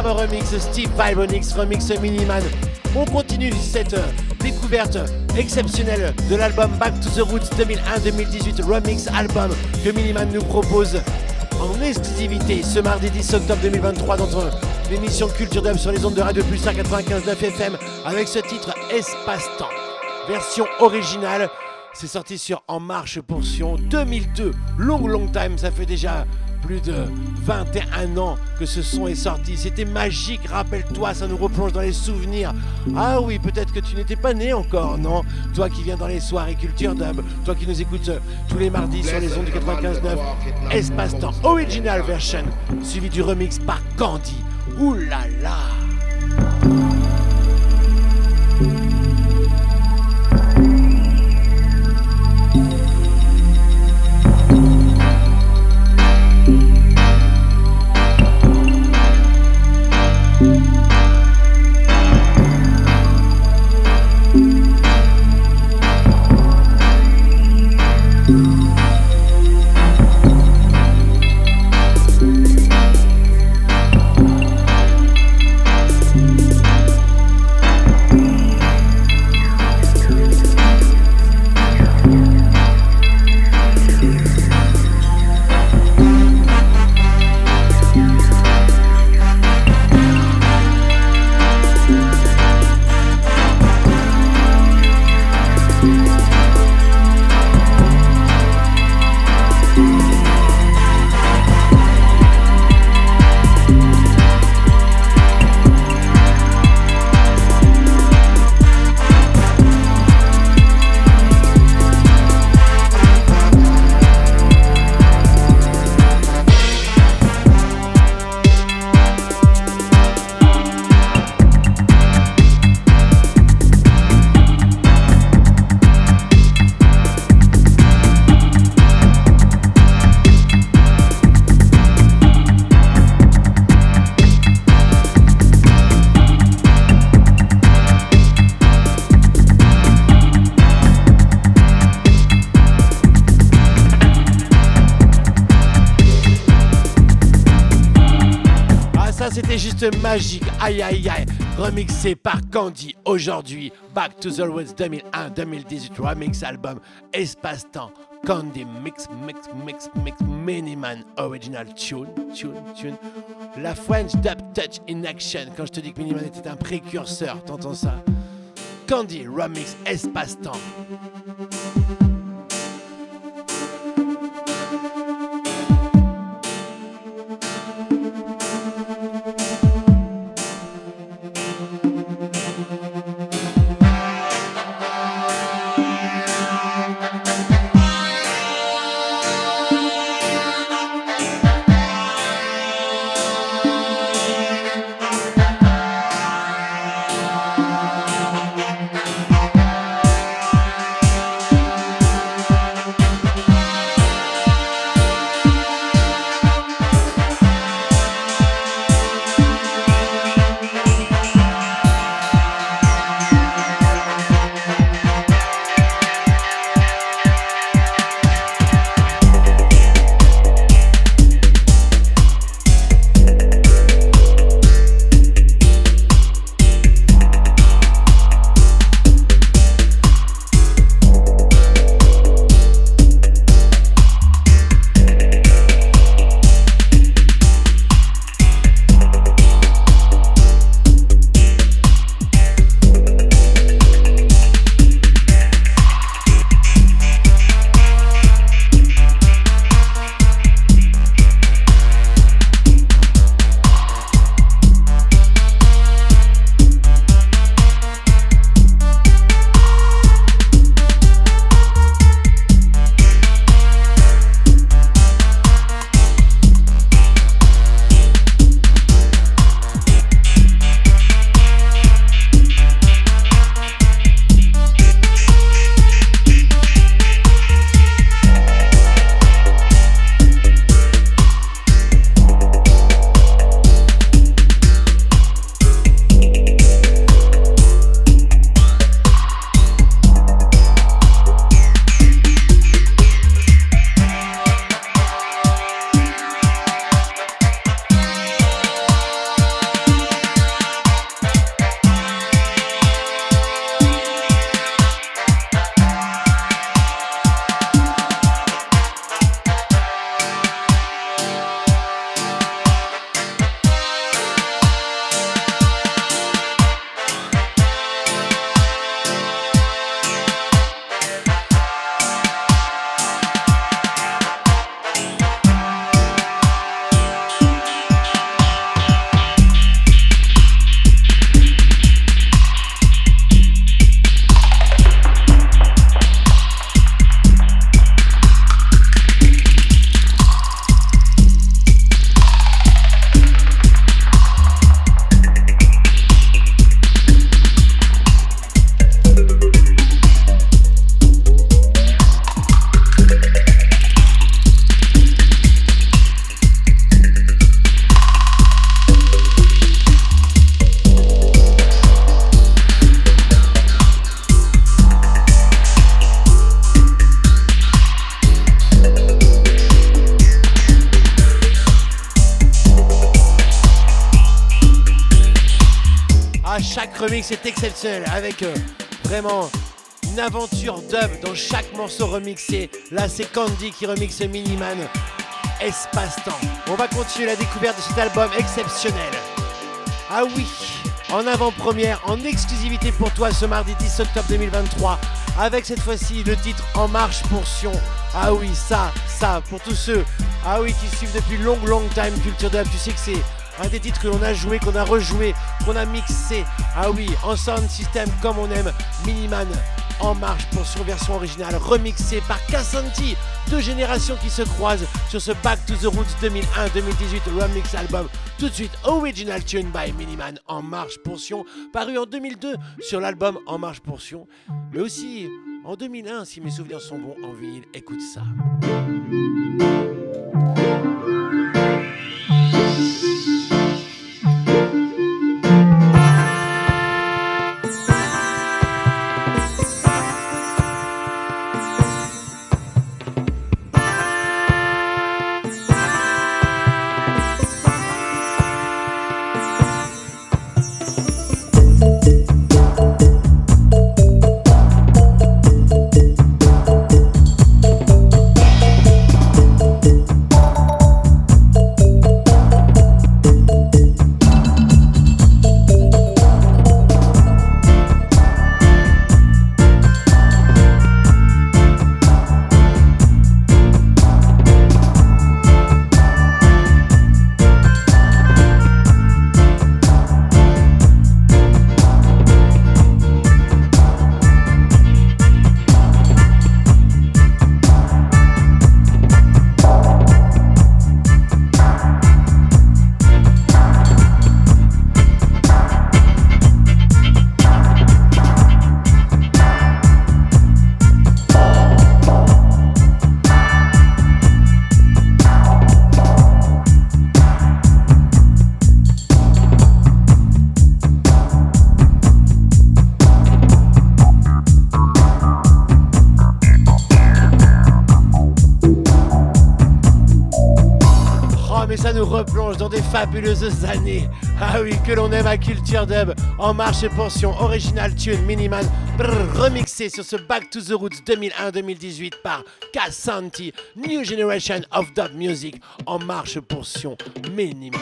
Superbe remix Steve Vibronix, remix Miniman. On continue cette euh, découverte exceptionnelle de l'album Back to the Roots deux mille un deux mille dix-huit remix album que Miniman nous propose en exclusivité ce mardi dix octobre deux mille vingt-trois dans notre émission Culture Dub sur les ondes de Radio Pulsar quatre-vingt-quinze neuf F M avec ce titre Espace-temps. Version originale, c'est sorti sur En Marche pour Sion deux mille deux, long long time, ça fait déjà plus de vingt et un ans que ce son est sorti. C'était magique, rappelle-toi, ça nous replonge dans les souvenirs. Ah oui, peut-être que tu n'étais pas né encore, non? Toi qui viens dans les soirées Culture Dub, toi qui nous écoutes tous les mardis sur les ondes du quatre-vingt-quinze neuf, Espace-temps Original Version, suivi du remix par Candy. Ouh là là! C'était juste magique, aïe aïe aïe, remixé par Candy aujourd'hui, Back to the Roots deux mille un deux mille dix-huit remix album Espace-temps, Candy mix mix mix mix Miniman original tune, tune, tune. La French Dub Touch in action, quand je te dis que Miniman était un précurseur, t'entends ça? Candy remix Espace-temps. chaque remix est exceptionnel avec euh, vraiment une aventure dub dans chaque morceau remixé. Là, c'est Candy qui remixe Miniman. Espace-temps. On va continuer la découverte de cet album exceptionnel. Ah oui, en avant-première, en exclusivité pour toi ce mardi dix octobre deux mille vingt-trois, avec cette fois-ci le titre En Marche Portion. Ah oui, ça, ça, pour tous ceux, ah oui, qui suivent depuis long, long time Culture Dub, tu sais que c'est un des titres que l'on a joué, qu'on a rejoué, qu'on a mixé. Ah oui, en sound system comme on aime, Miniman. En Marche Portion version originale remixée par Cassanti. Deux générations qui se croisent sur ce Back to the Roots deux mille un deux mille dix-huit remix album. Tout de suite, Original Tune by Miniman En Marche Portion, paru en deux mille deux sur l'album En Marche Portion, mais aussi en deux mille un si mes souvenirs sont bons en vinyle. Écoute ça. Replonge dans des fabuleuses années. Ah oui, que l'on aime à Culture Dub. En Marche et Portion, Original Tune Miniman, brrr, remixé sur ce Back to the Roots deux mille un deux mille dix-huit par Cassanti. New Generation of Dub Music. En Marche et Portion, Miniman.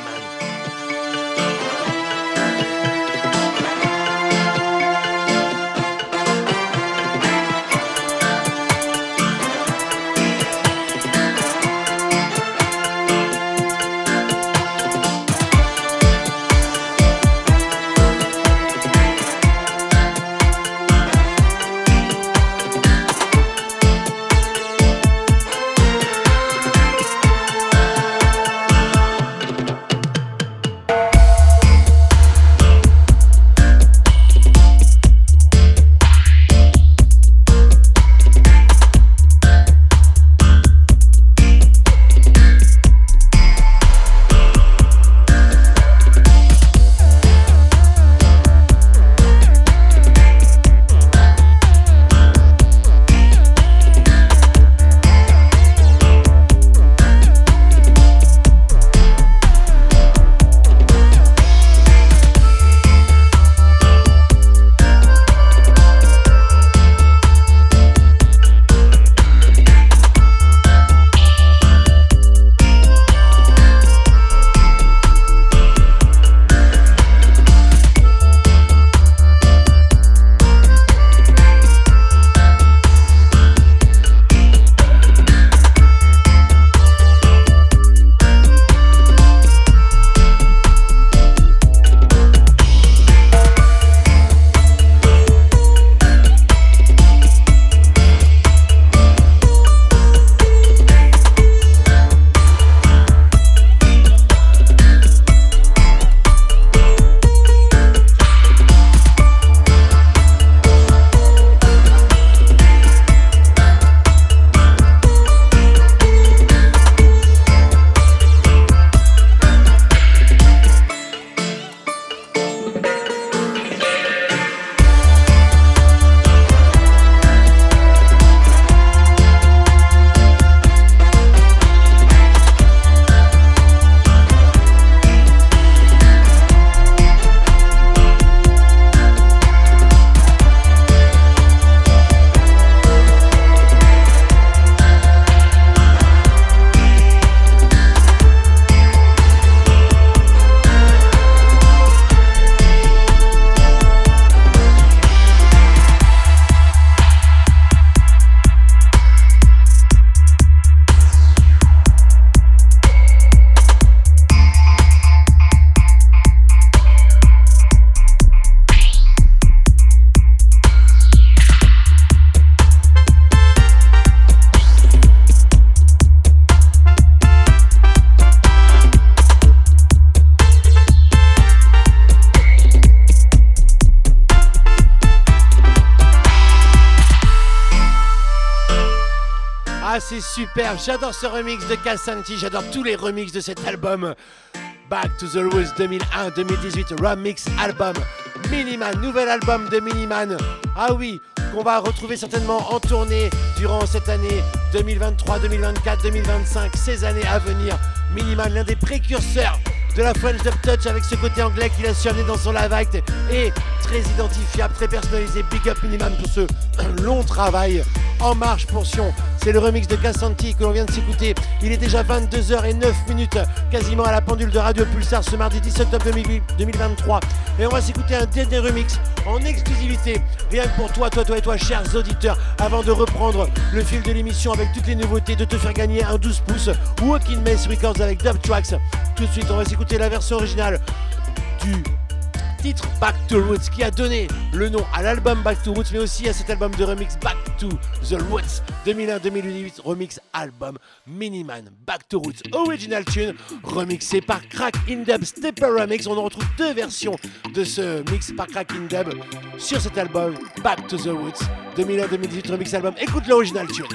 Ah, c'est super, j'adore ce remix de Cassanti, j'adore tous les remixes de cet album. Back to the Roots deux mille un deux mille dix-huit, remix album. Miniman, nouvel album de Miniman. Ah oui, qu'on va retrouver certainement en tournée durant cette année deux mille vingt-trois, deux mille vingt-quatre, deux mille vingt-cinq, ces années à venir. Miniman, l'un des précurseurs de la French Dub Touch avec ce côté anglais qu'il a su amener dans son live act et très identifiable, très personnalisé. Big up Miniman pour ce long travail. En marche portion, c'est le remix de Cassanti que l'on vient de s'écouter. Il est déjà vingt-deux heures zéro neuf minutes, quasiment à la pendule de Radio Pulsar ce mardi dix octobre deux mille vingt-trois. Et on va s'écouter un dernier remix en exclusivité, rien que pour toi, toi, toi et toi, chers auditeurs, avant de reprendre le fil de l'émission avec toutes les nouveautés, de te faire gagner un douze pouces Walking Mess Records avec Dub Tracks. Tout de suite, on va s'écouter la version originale du titre Back to Roots qui a donné le nom à l'album Back to Roots, mais aussi à cet album de remix Back to the Roots deux mille un deux mille dix-huit, remix album Miniman Back to Roots Original Tune remixé par Crack in Dub Stepper Remix. On en retrouve deux versions de ce mix par Crack in Dub sur cet album Back to the Roots deux mille un deux mille dix-huit, remix album. Écoute l'original tune.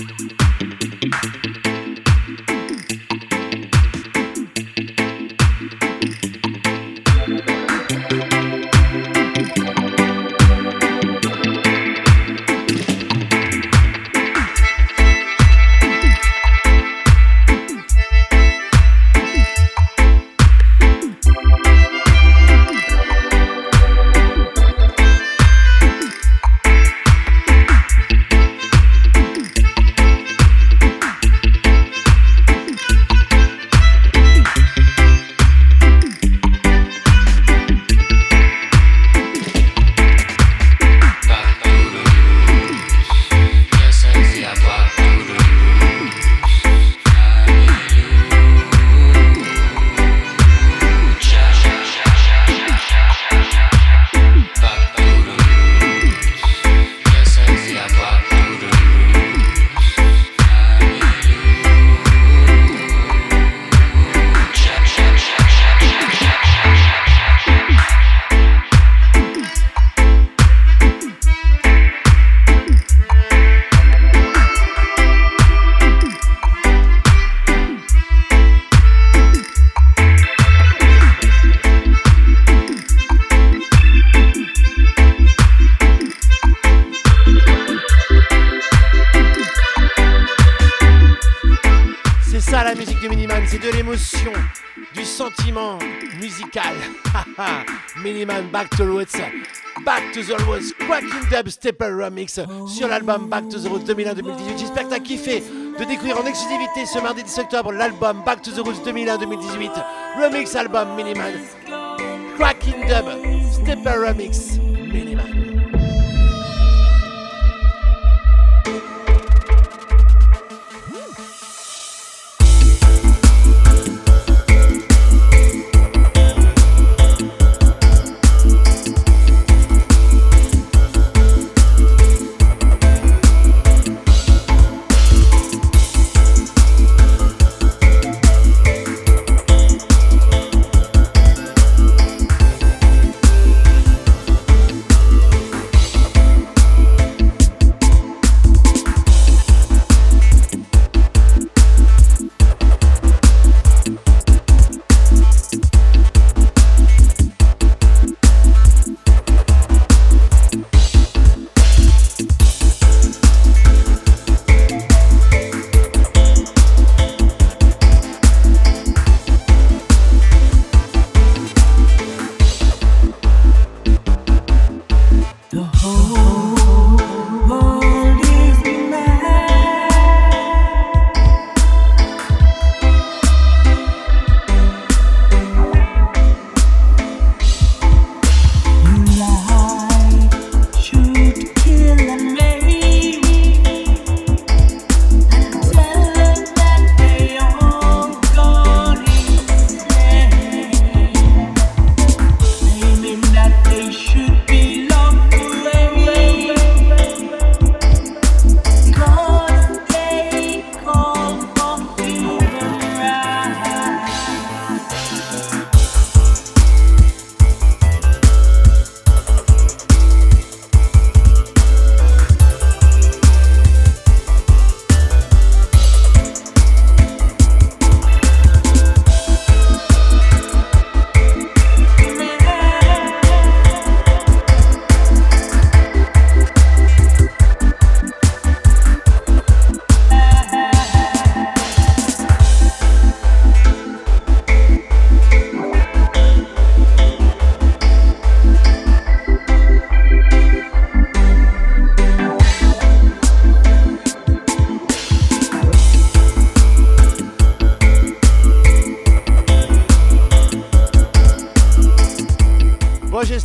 Miniman Back to Roots, Back to the Roots, Cracking Dub Stepper Remix sur l'album Back to the Roots deux mille un deux mille dix-huit. J'espère que t'as kiffé de découvrir en exclusivité ce mardi dix octobre l'album Back to the Roots deux mille un deux mille dix-huit, remix album Miniman, Cracking Dub Stepper Remix, Miniman.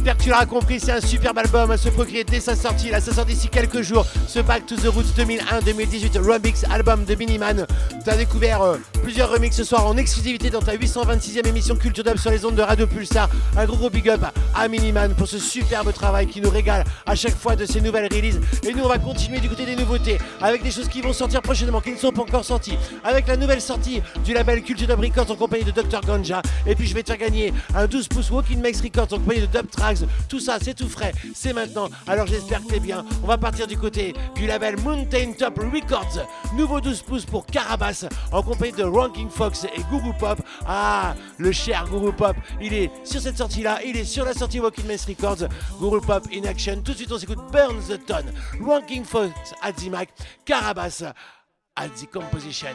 J'espère que tu l'auras compris, c'est un superbe album à se procurer dès sa sortie. Là, ça sort d'ici quelques jours. Ce Back to the Roots deux mille un deux mille dix-huit Remix album de Miniman. Tu as découvert euh, plusieurs remixes ce soir en exclusivité dans ta huit cent vingt-sixième émission Culture Dub sur les ondes de Radio Pulsar. Un gros gros big up à Miniman pour ce superbe travail qui nous régale à chaque fois de ses nouvelles releases. Et nous, on va continuer du côté des nouveautés avec des choses qui vont sortir prochainement, qui ne sont pas encore sorties. Avec la nouvelle sortie du label Culture Dub Records en compagnie de docteur Ganja. Et puis je vais te faire gagner un douze pouces Walking Max Records en compagnie de Dub Tracks. Tout ça, c'est tout frais, c'est maintenant. Alors j'espère que t'es bien. On va partir du côté du label Mountain Top Records. Nouveau douze pouces pour Carabas en compagnie de Ranking Fox et Guru Pop. Ah, le cher Guru Pop, il est sur cette sortie-là, il est sur la sortie Walking Max Records. Guru Pop in action. Tout de suite, on s'écoute Burn the Tone, Ranking Fox at the Mac, Carabas at the Composition.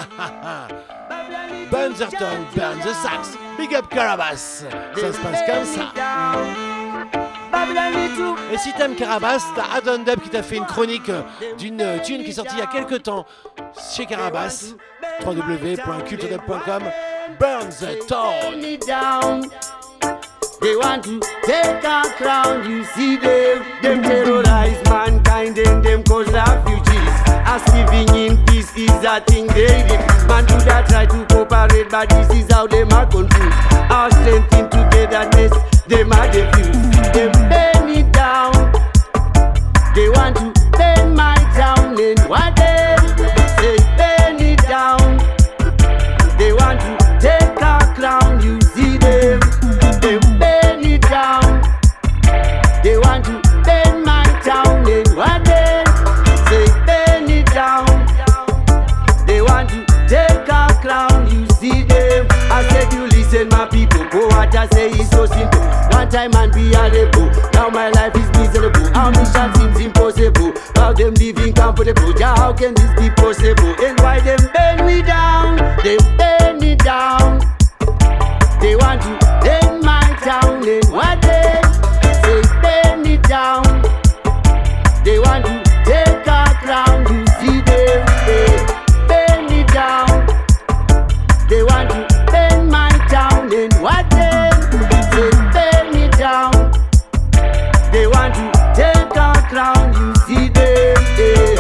Burn the Tone, Burn the Sax. Big up Carabas. Ça se passe comme ça. Et si t'aimes Carabas, t'as Adon Dub qui t'a fait une chronique d'une tune qui est sortie il y a quelques temps chez Carabas. w w w point culture dub point com. Burn the Tone. They want to take our crown, you see them. Them terrorize mankind and them cause refugees. As living in peace is a thing they refuse. Man do that try to cooperate, but this is how them are confused. Our strength in togetherness, them are defused. Them burn it down. They want to burn my town and what they say burn it down. They want to take our crown, you see them. They burn it down. They want to burn my town and what they say burn it down. They want to take our crown, you see them. I said you listen my people, go what I say is so simple. One time and be a rebel, now my life is miserable. Our mission seems impossible, how them living comfortable. Yeah, how can this be possible? And why them burn me down? They burn me down. They want to burn my town and what they say burn it down. They want to take our crown, you see them, they burn it down. They want to burn my town and what they say burn it down. They want to take our crown, you see them, they.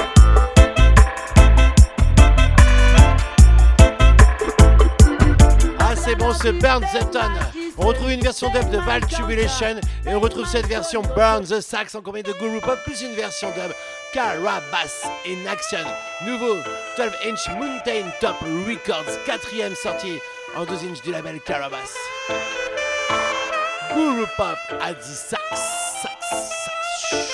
Ah, c'est bon, ce Burn the Tone. On retrouve une version dub de Val Tribulation et on retrouve cette version Burn the Sax en compagnie de Guru Pop plus une version dub Carabas in Action. Nouveau douze inch Mountain Top Records, quatrième sortie en douze inch du label Carabas. Guru Pop a dit sax, sax, sax.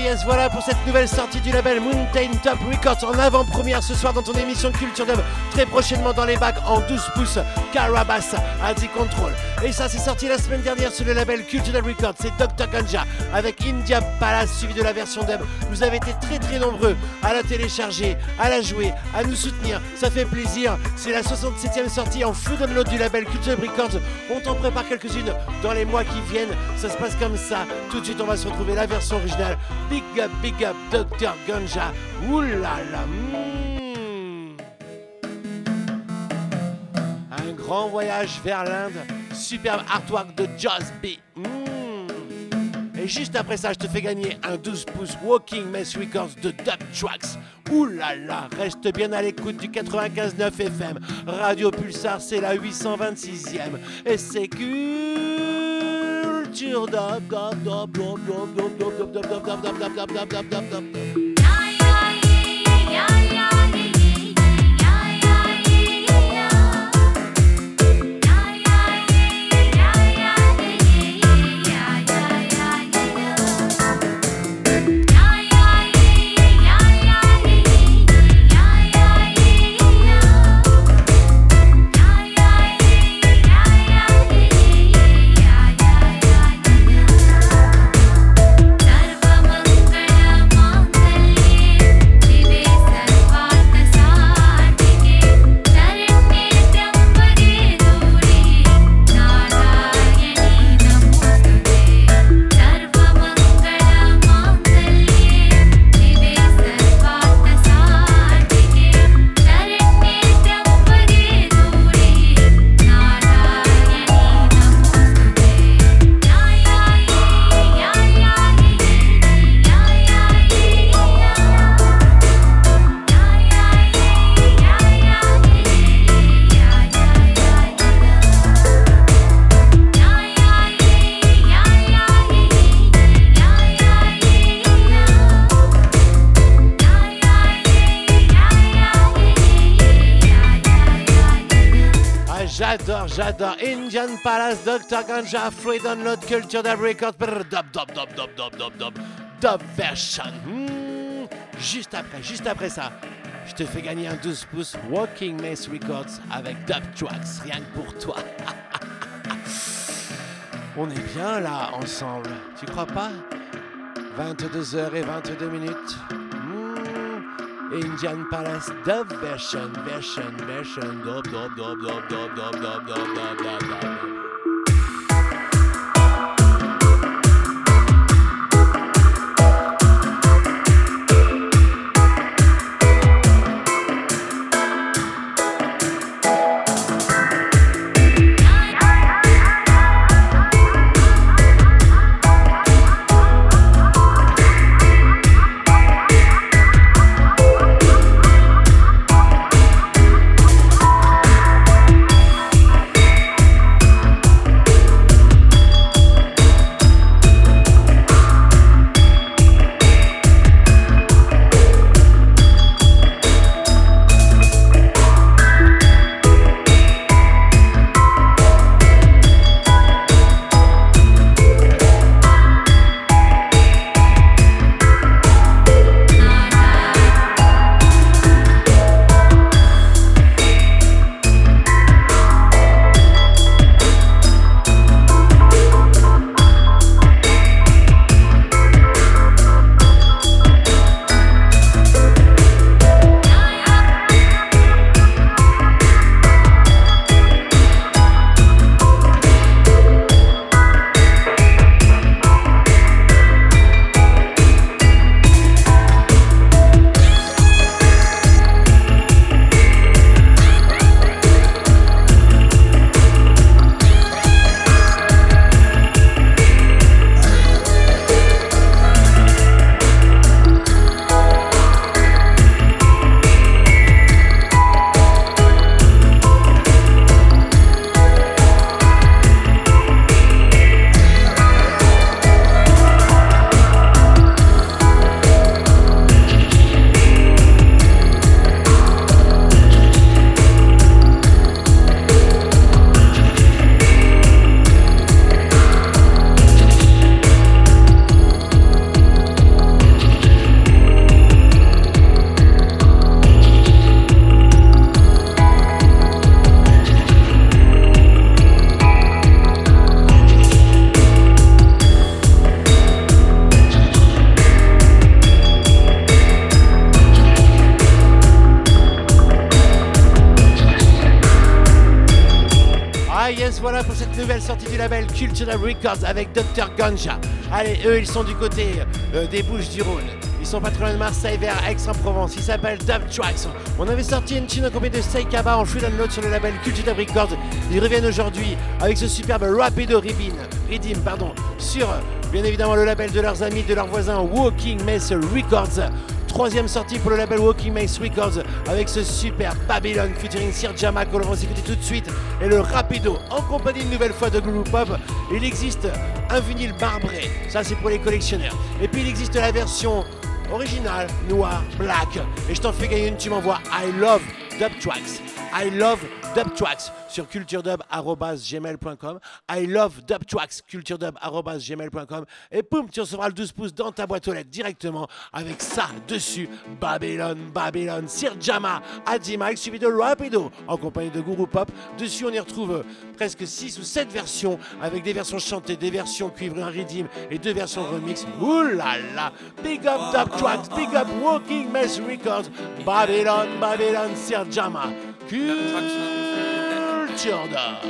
yes, voilà pour cette nouvelle sortie du label Mountain Top Records en avant-première ce soir dans ton émission Culture Dub. Très prochainement dans les bacs en douze pouces, Carabas, Alti Control. Et ça, c'est sorti la semaine dernière sur le label Culture Dub Records. C'est docteur Ganja avec India Palace suivi de la version dub. Vous avez été très très nombreux à la télécharger, à la jouer, à nous soutenir. Ça fait plaisir. C'est la soixante-septième sortie en full download du label Culture Dub Records. On t'en prépare quelques-unes dans les mois qui viennent. Ça se passe comme ça. Tout de suite, on va se retrouver la version originale. Big up, big up, docteur Ganja. Oulala. Mmh. Un grand voyage vers l'Inde. Superbe artwork de Just B. Mmh. Et juste après ça, je te fais gagner un douze pouces Walking Mess Records de Dub Tracks. Oulala, reste bien à l'écoute du quatre-vingt-quinze neuf F M. Radio Pulsar, c'est la huit cent vingt-sixième. Et c'est Culture Dub, dub, dub, dub, dub, dub, dub, dub, dub, dub, dub, dub, dub, dub, dub, dub, dub. J'adore, j'adore. Indian Palace, docteur Ganja, Free Download, Culture Dub Records, dub, dub, dub, dub, dub, dub, dub, dub version. Hmm. Juste après, juste après ça, je te fais gagner un douze pouces Walking Mess Records avec Dub Tracks, rien que pour toi. On est bien là, ensemble, tu crois pas? vingt-deux heures et vingt-deux minutes. Indian Palace dub version, version, version, dub, dub, dub, dub, dub, dub, dub, dub, dub, dub, dub. Thank pour cette nouvelle sortie du label Culture Dub Records avec docteur Ganja. Allez, eux, ils sont du côté euh, des Bouches-du-Rhône. Ils sont pas très loin de Marseille, vers Aix-en-Provence. Ils s'appellent Dub Tracks. On avait sorti une tune accompagnée de Seikaba en free download sur le label Culture Dub Records. Ils reviennent aujourd'hui avec ce superbe Rapido Rhythm, Rhythm pardon, sur bien évidemment le label de leurs amis, de leurs voisins Walking Mess Records. Troisième sortie pour le label Walking Mace Records avec ce super Babylon featuring Sir Jama qu'on va s'écouter tout de suite et le Rapido en compagnie une nouvelle fois de Guru Pop. Il existe un vinyle marbré, ça c'est pour les collectionneurs. Et puis il existe la version originale, noir, black. Et je t'en fais gagner une, tu m'envoies I love Dub Tracks. I love Dub Tracks sur culturedub arobase gmail point com. I love Dub Tracks, culturedub arobase gmail point com. Et poum, tu recevras le douze pouces dans ta boîte aux lettres directement avec ça dessus. Babylon, Babylon, Sir Jama, Adi Mike, suivi de Rapido en compagnie de Guru Pop. Dessus, on y retrouve presque six ou sept versions avec des versions chantées, des versions cuivrées en rhythm et deux versions remix. Ouh là là! Big up Dub Tracks, big up Walking Mess Records, Babylon, Babylon, Sir Jama. Culture Dub.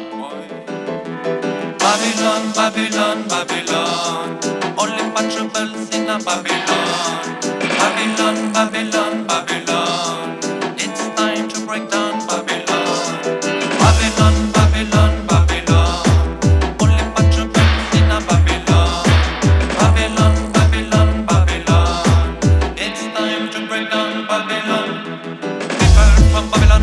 Babylon, Babylon, Babylon. Only patronables in a Babylon. Babylon, Babylon, Babylon. It's time to break down Babylon. Babylon, Babylon, Babylon. Only patronables in a Babylon. Babylon, Babylon, Babylon. It's time to break down Babylon. People from Babylon.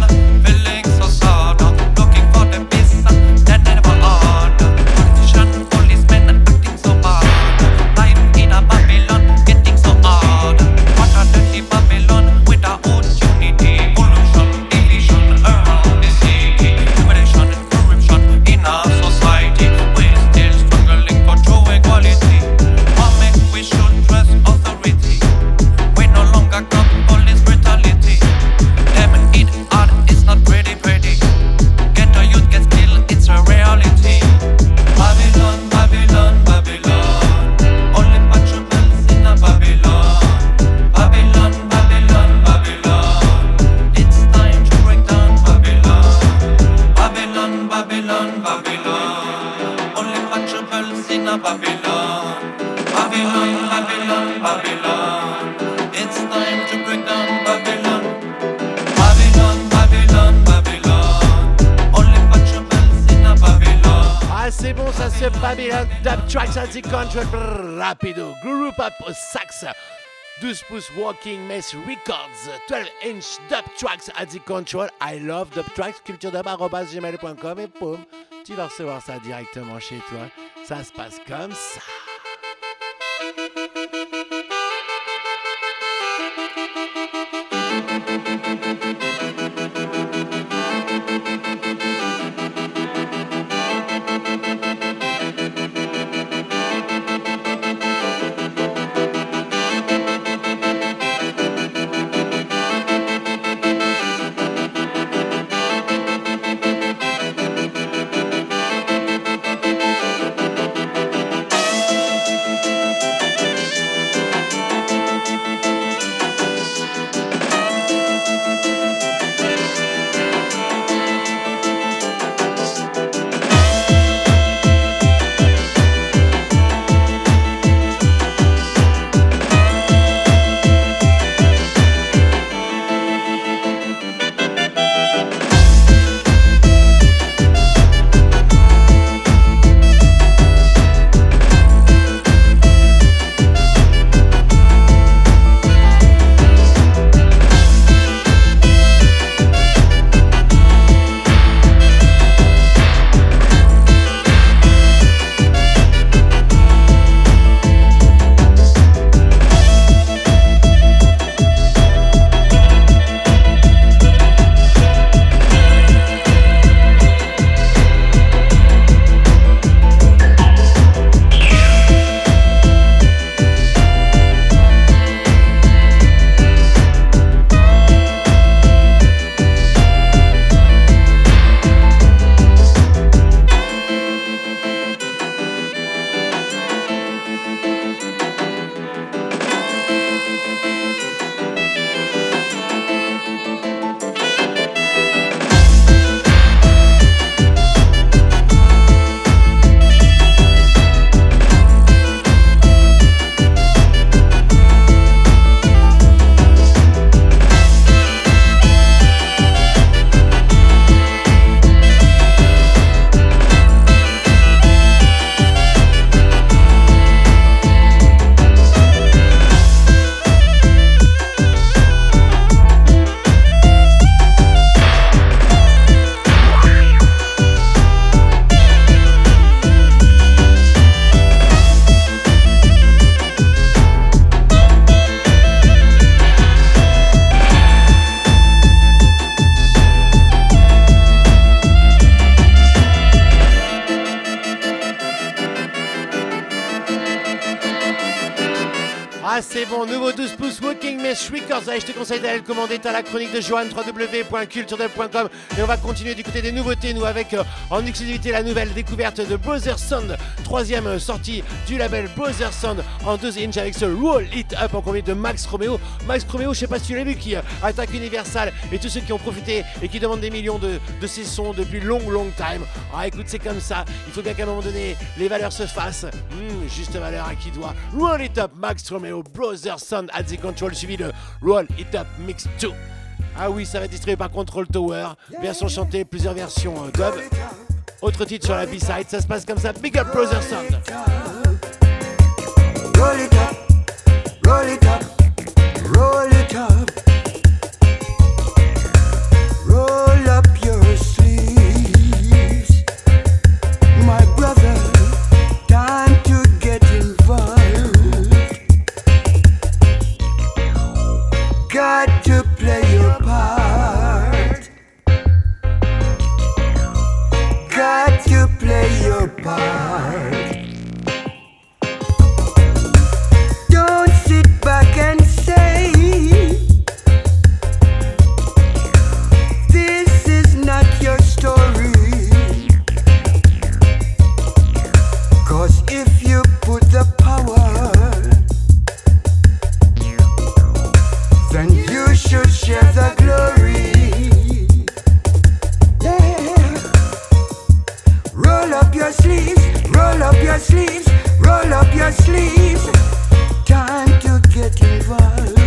Babylon, Dub Tracks at the Control, Rapido, Guru Pop au sax, douze pouces Walking Mess Records, twelve inch Dub Tracks at the Control, I love Dub Tracks, culturedub arobase gmail point com et boum, tu vas recevoir ça directement chez toi. Ça se passe comme ça. Ah c'est bon, nouveau douze pouces Walking Mesh Records. Allez, je te conseille d'aller le commander, t'as la chronique de Johan, w w w point culture dub point com. Et on va continuer du côté des nouveautés, nous avec euh, en exclusivité la nouvelle découverte de Brother Sound, troisième euh, sortie du label Brother Sound en deux inches avec ce Roll It Up en compagnie de Max Romeo. Max Romeo, je sais pas si tu l'as vu, qui euh, attaque Universal et tous ceux qui ont profité et qui demandent des millions de, de ces sons depuis long long time. Ah écoute, c'est comme ça, il faut bien qu'à un moment donné les valeurs se fassent. Mmh, juste valeur à qui doit. Roll It Up, Max Romeo, Brother Sound at the Control, suivi de Roll It Up Mix deux. Ah oui, ça va être distribué par Control Tower, version chantée, plusieurs versions euh, dub. Autre titre sur la B-side, ça se passe comme ça. Big Up Brother Sound. Roll it up, roll it up, roll it up. Roll up your sleeves, my brother. Time to get involved. Got to play your part. Got to play your part. Don't sit back and say this is not your story. 'Cause if you put the power, then you should share the glory. Yeah. Roll up your sleeves, roll up your sleeves, roll up your sleeves. Time to get involved.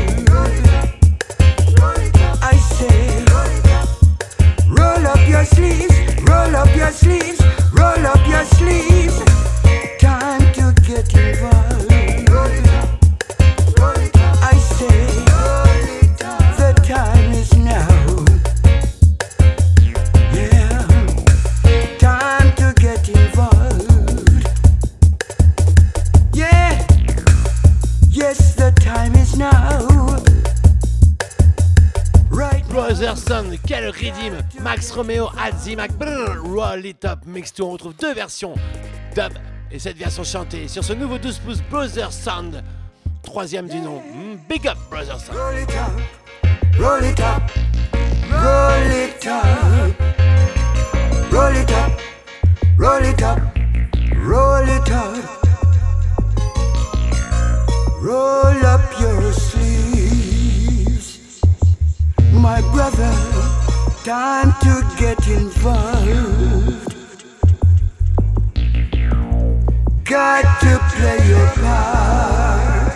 I say, roll up your sleeves, roll up your sleeves, roll up your sleeves. Time to get involved. I say, the time is now. Yeah, time to get involved. Yeah, yes, the time is now. Right. Brother Sound, quel rythme. Max Romeo at the Mac. Brrr, Roll It Up Mix deux. On retrouve deux versions dub et cette version chantée sur ce nouveau douze pouces Brother Sound, troisième du nom. Mm, big Up Brother Sound. Roll it up, roll it up, roll it up, roll it up, roll it up, roll it up, roll up your sleeves, my brother. Time to get involved. Got to play your part.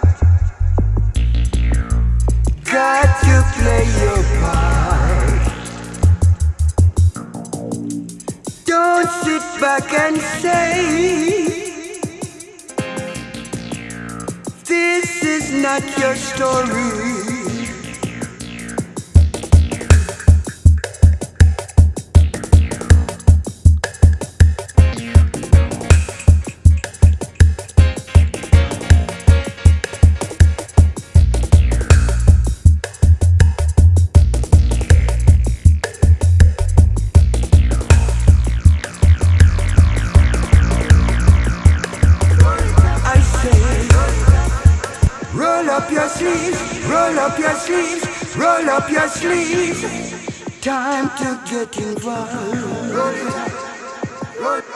Got to play your part. Don't sit back and say this is not your story. Roll up your sleeves, roll up your sleeves. Time to get involved. Roll it up, roll it up.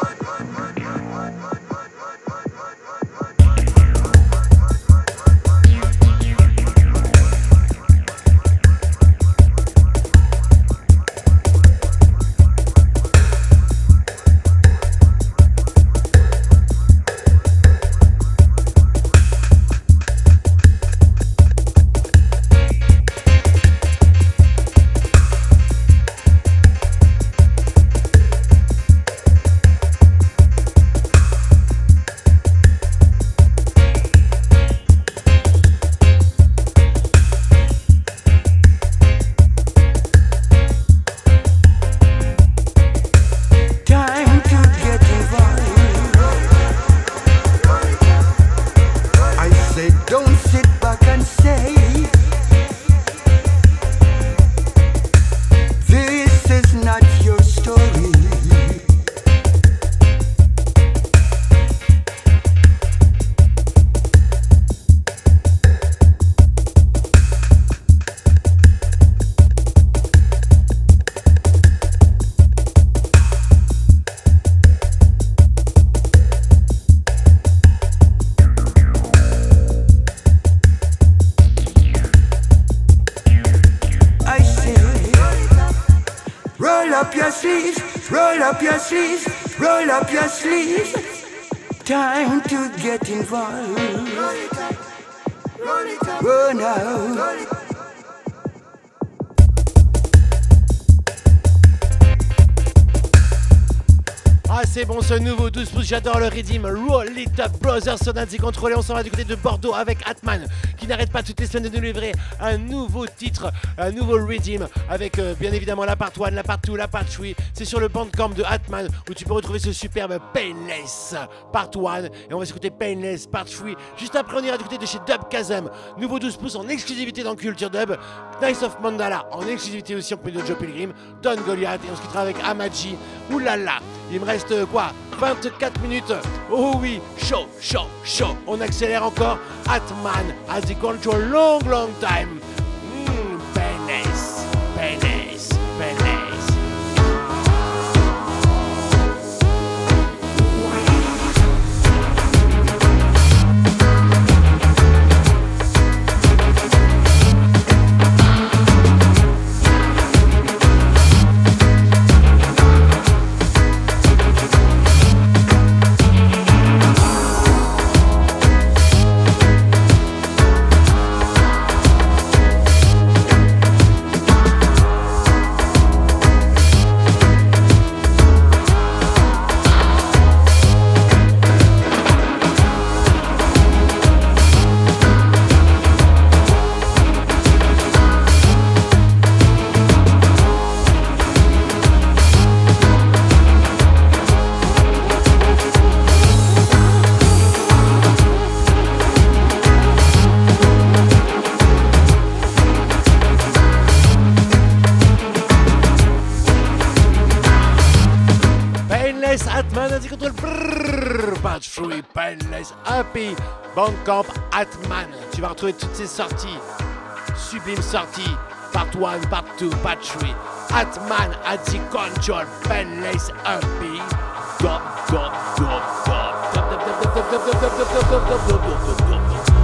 sleeves, roll up your sleeves, roll up your sleeves. Time to get involved. Roll it up, roll it up, roll now. Roll it up. Ah c'est bon ce nouveau douze pouces, j'adore le rythme. Roll It Up Brothers sur Nancy Contrôlé. On s'en va du côté de Bordeaux avec Atman qui n'arrête pas toutes les semaines de nous livrer un nouveau titre, un nouveau rythme avec euh, bien évidemment la part un, la part deux, la part trois. C'est sur le bandcamp de Atman où tu peux retrouver ce superbe Painless part un et on va s'écouter Painless part trois. Juste après on ira du côté de chez Dub Kazam, nouveau douze pouces en exclusivité dans Culture Dub. Nice of Mandala en exclusivité aussi en plus de Joe Pilgrim, Don Goliath et on se quittera avec Amaji. Oulala, il me reste quoi, vingt-quatre minutes. Oh oui, chaud, chaud, chaud. On accélère encore. Atman has the control long, long time. Mmm, Painless, Painless, Painless. Painless, Happy, Bandcamp, Atman. Tu vas retrouver toutes ces sorties, sublimes sorties, part un, part deux, part trois. Atman at the control, Painless, Happy. Dop, dop, dop, dop, dop, dop, dop, dop, dop, dop, dop, dop, dop, dop, dop, dop, dop.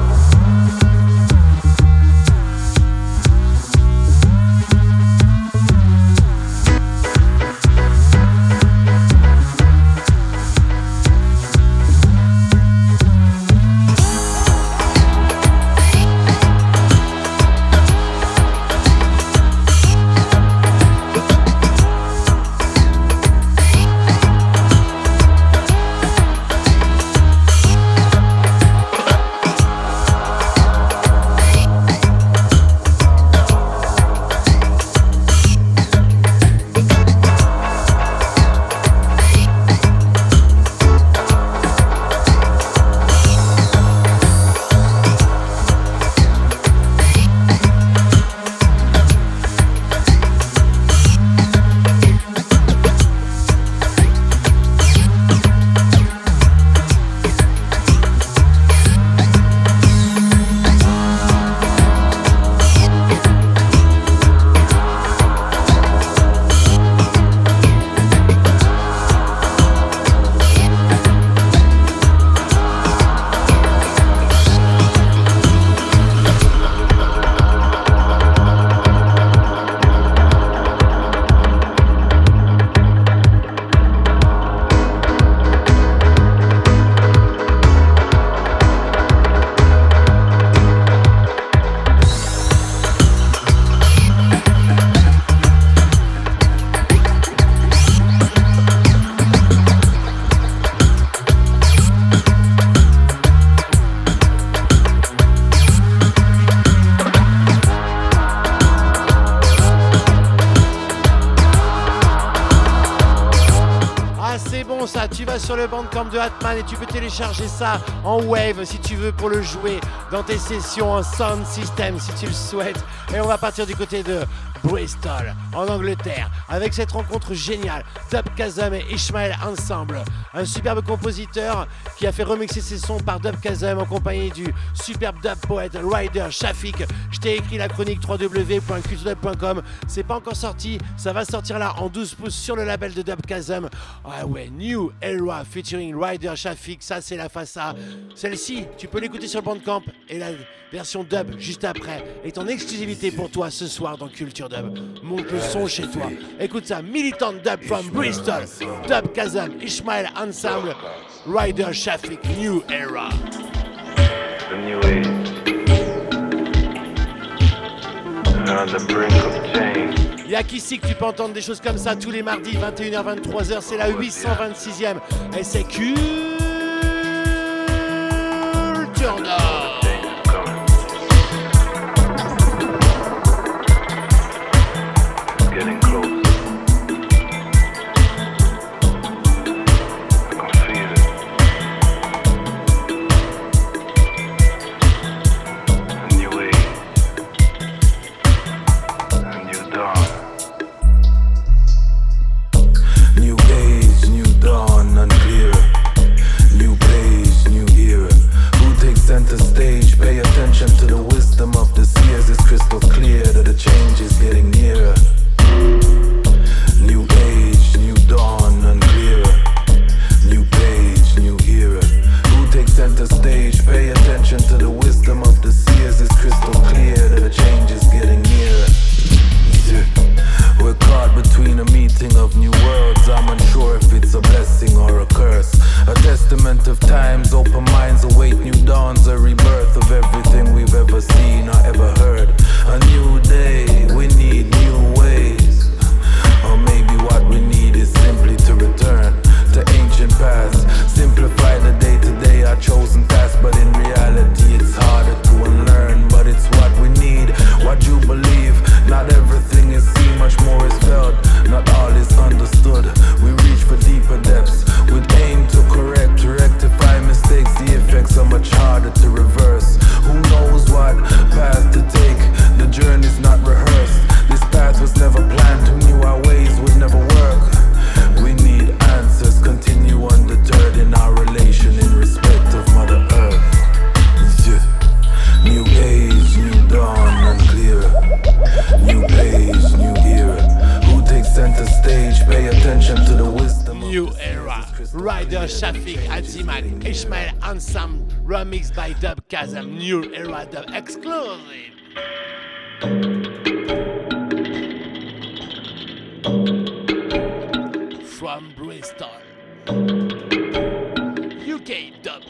Sur le bandcamp de Atman et tu peux télécharger ça en wave si tu veux pour le jouer dans tes sessions en sound system si tu le souhaites. Et on va partir du côté de Bristol en Angleterre avec cette rencontre géniale. Dub Kazam et Ishmael ensemble, un superbe compositeur qui a fait remixer ses sons par Dub Kazam en compagnie du superbe dub poète Ryder Shafik. Je t'ai écrit la chronique w w w point culture dub point com. C'est pas encore sorti, ça va sortir là en douze pouces sur le label de Dub Kazam. Ah ouais, new New Era featuring Ryder Shafik, ça c'est la face A. Celle-ci, tu peux l'écouter sur le Bandcamp et la version dub juste après est en exclusivité pour toi ce soir dans Culture Dub. Monte le son chez toi. Écoute ça, Militant Dub from Bristol, Dub Kazam, Ishmael Ensemble, Ryder Shafik, New Era. The new age. On the brink of change. Y'a qu'ici que tu peux entendre des choses comme ça tous les mardis, vingt et une heures vingt-trois heures, c'est la huit cent vingt-sixième. Et c'est Culture Nord. Getting close. I can feel it. A new age. A new dawn. New age, new dawn, unclear. New place, new era. Who takes center stage? Pay attention to the wisdom of the seers. It's crystal clear that the change is getting nearer. New age, new dawn, unclear. New page, new era. Who takes center stage? Pay attention to the wisdom of the seers. It's crystal clear that the change is getting nearer. We're caught between a meeting of new worlds. I'm unsure if it's a blessing or a curse. A testament of times, open minds await new dawns. A rebirth of everything we've ever seen or ever heard. A new day, we need new ways. Or maybe what we need is simply to return to ancient past. Simplify the day-to-day, our chosen task. But in reality it's harder to unlearn. But it's what we need, what you believe. Not everything is seen, much more is felt. Not all is understood. We reach for deeper depths with aim to correct, to rectify mistakes. The effects are much harder to reverse. Who knows what path to take? The journey's not rehearsed. This path was never planned. Who knew our ways would never work? We need answers. Continue undeterred in our relation in respect of Mother Earth. Yeah. New age, new dawn, unclear. New page, new era. Who takes center stage? Pay attention to the wisdom. New Era, Ryder Shafik, Aziman, Ishmael Ensemble, remixed by Dub Kazam. New Era Dub exclusive. From Bristol, U K Dub.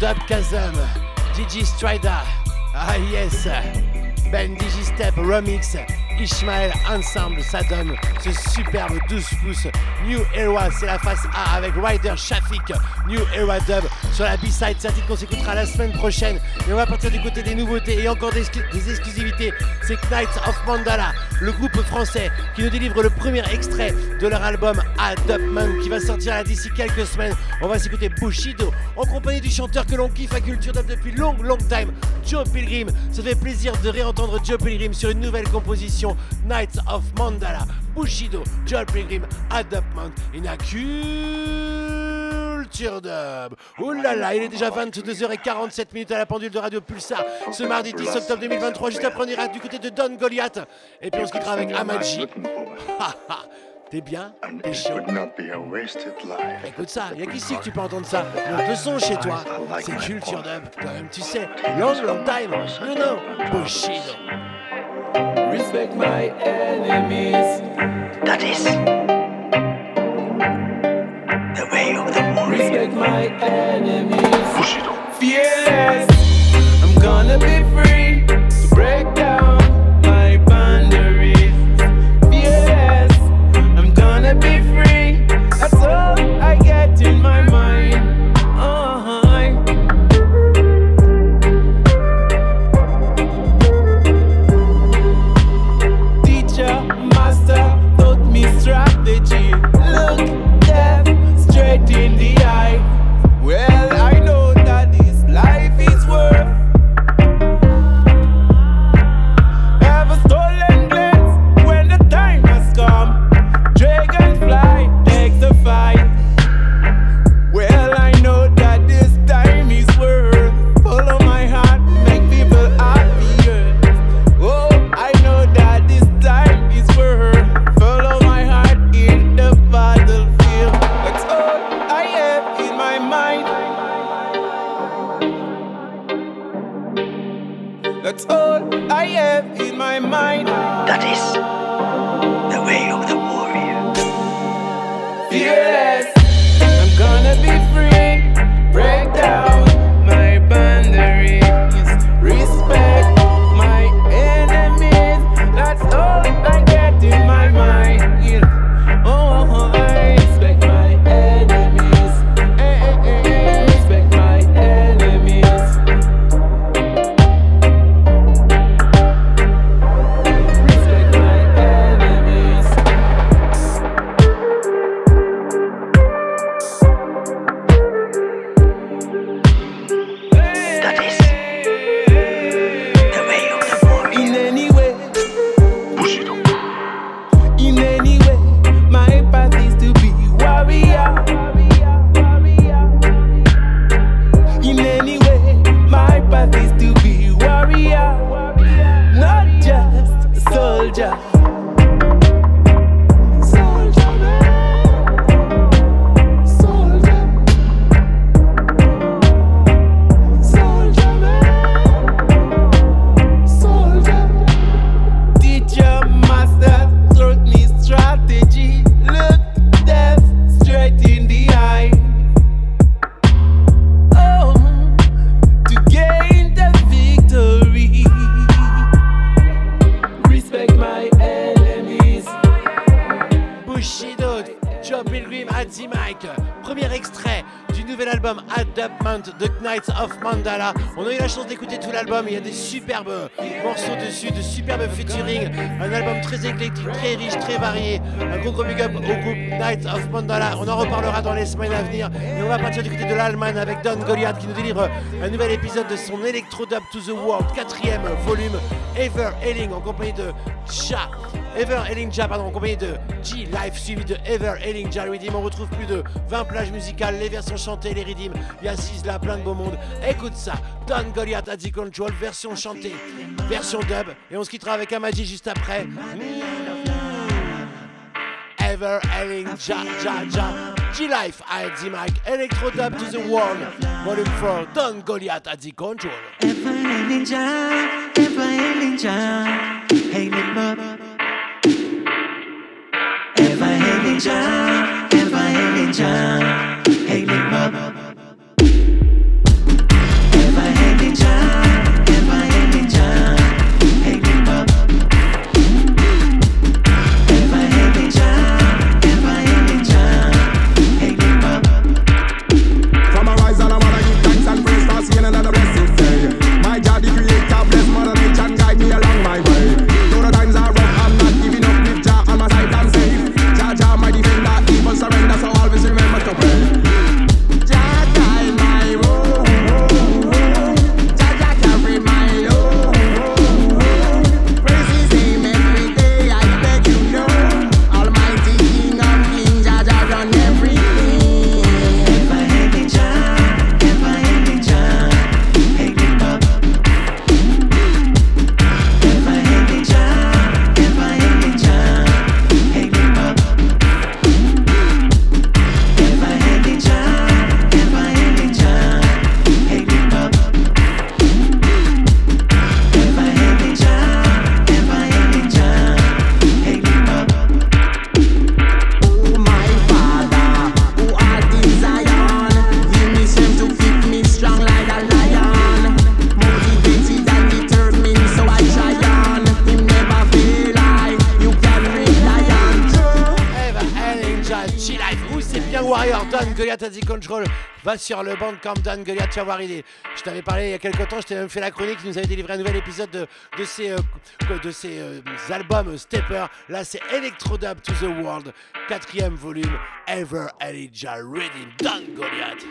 Dub Chasm, Digi Strider, ah yes, Ben Digistep Remix, Ishmael Ensemble, ça donne ce superbe douze pouces. New Era, c'est la face A avec Ryder Shafik, New Era Dub sur la B-side. C'est un titre qu'on s'écoutera la semaine prochaine. Et on va partir du côté des nouveautés et encore des, des exclusivités. C'est Knights of Mandala, le groupe français qui nous délivre le premier extrait de leur album A Dubman qui va sortir là d'ici quelques semaines. On va s'écouter Bushido en compagnie du chanteur que l'on kiffe à Culture Dub depuis long, long time, Joe Pilgrim. Ça fait plaisir de réentendre Joe Pilgrim sur une nouvelle composition. Knights of Mandala, Bushido, Joe Pilgrim, A Dubman, in a Culture Dub. Ouh là là, il est déjà vingt-deux heures quarante-sept minutes à la pendule de Radio Pulsar ce mardi dix octobre deux mille vingt-trois. Juste après, on ira du côté de Don Goliath et puis on se quittera avec Amaji. T'es bien? T'es chaud? Écoute ça, y'a qu'ici que tu peux entendre ça. Monte le son chez toi. C'est Culture Dub, quand même, tu sais. Long, long time, you know, Bushido. Respect my enemies. That is the way of the warrior. Respect my enemies. Fearless. I'm gonna be free to break down my boundaries. Fearless. I'm gonna be free. That's all I get in my mind. Uh-huh. Strategy, look death straight in the eye. Well, I know that this life is worth ever stolen glance when the time has come. Dragonfly takes the fight. Well, I know that this time is worth. Follow my heart, make people happier. Oh, I know that this time is worth. Follow my heart in the battlefield. That's all I have in my mind. That's all I have in my mind. That is the way of the warrior. Fearless. I'm gonna be free. Break down my boundaries. Respect my enemies. That's all I get in my mind. Oh, I respect my enemies. Eh, eh, eh, respect my enemies. Respect my enemies. That is the way of the warrior. In any way, Bushido. in any way, my path is to be warrior. In any way, my path is to be warrior, not just a soldier. Soldier man, soldier, soldier man, soldier. Teacher, master, taught me strategy. Look death straight in the eye. Oh, to gain the victory. Respect my enemies. Bushido, Joe Pilgrim at the mic. Premier extrait du nouvel album A Dubman de Knights of Mandala. On a eu la chance d'écouter tout l'album. Il y a des superbes morceaux dessus, de superbes featuring. Un album très éclectique, très riche, très varié. Un gros gros big up au groupe Knights of Mandala. On en reparlera dans les semaines à venir. Et on va partir du côté de l'Allemagne avec Don Goliath qui nous délivre un nouvel épisode de son Electro Dub to the World, quatrième volume. Ever Ailing en compagnie de Ja. Ever Ellinja, pardon, en compagnie de G-Life, suivi de Ever Ellinja Redeem. On retrouve plus de vingt plages musicales, les versions chantées, les redeems. Il y a six là, plein de beau monde. Écoute ça, Don Goliath at the Control, version chantée, version dub. Et on se quittera avec Amaji juste après. Mmh. Ever Ellinja, Ja, Ja. G-Life at the mic, Electro Dub to the World, Volume four, Don Goliath at the Control. Ever Ellinja, Ever Ellinja, hail him up. Ever Ellinja, Ever Ellinja, hail him up. Warrior, Don Goliath at the Control. Va sur le Bandcamp Don Goliath, tu vas voir, il est... Je t'avais parlé il y a quelques temps, je t'avais même fait la chronique, il nous avait délivré un nouvel épisode de, de ces, euh, de ces euh, albums Stepper. Là, c'est Electrodub to the World, quatrième volume, Ever Elijah Reading, Don Goliath.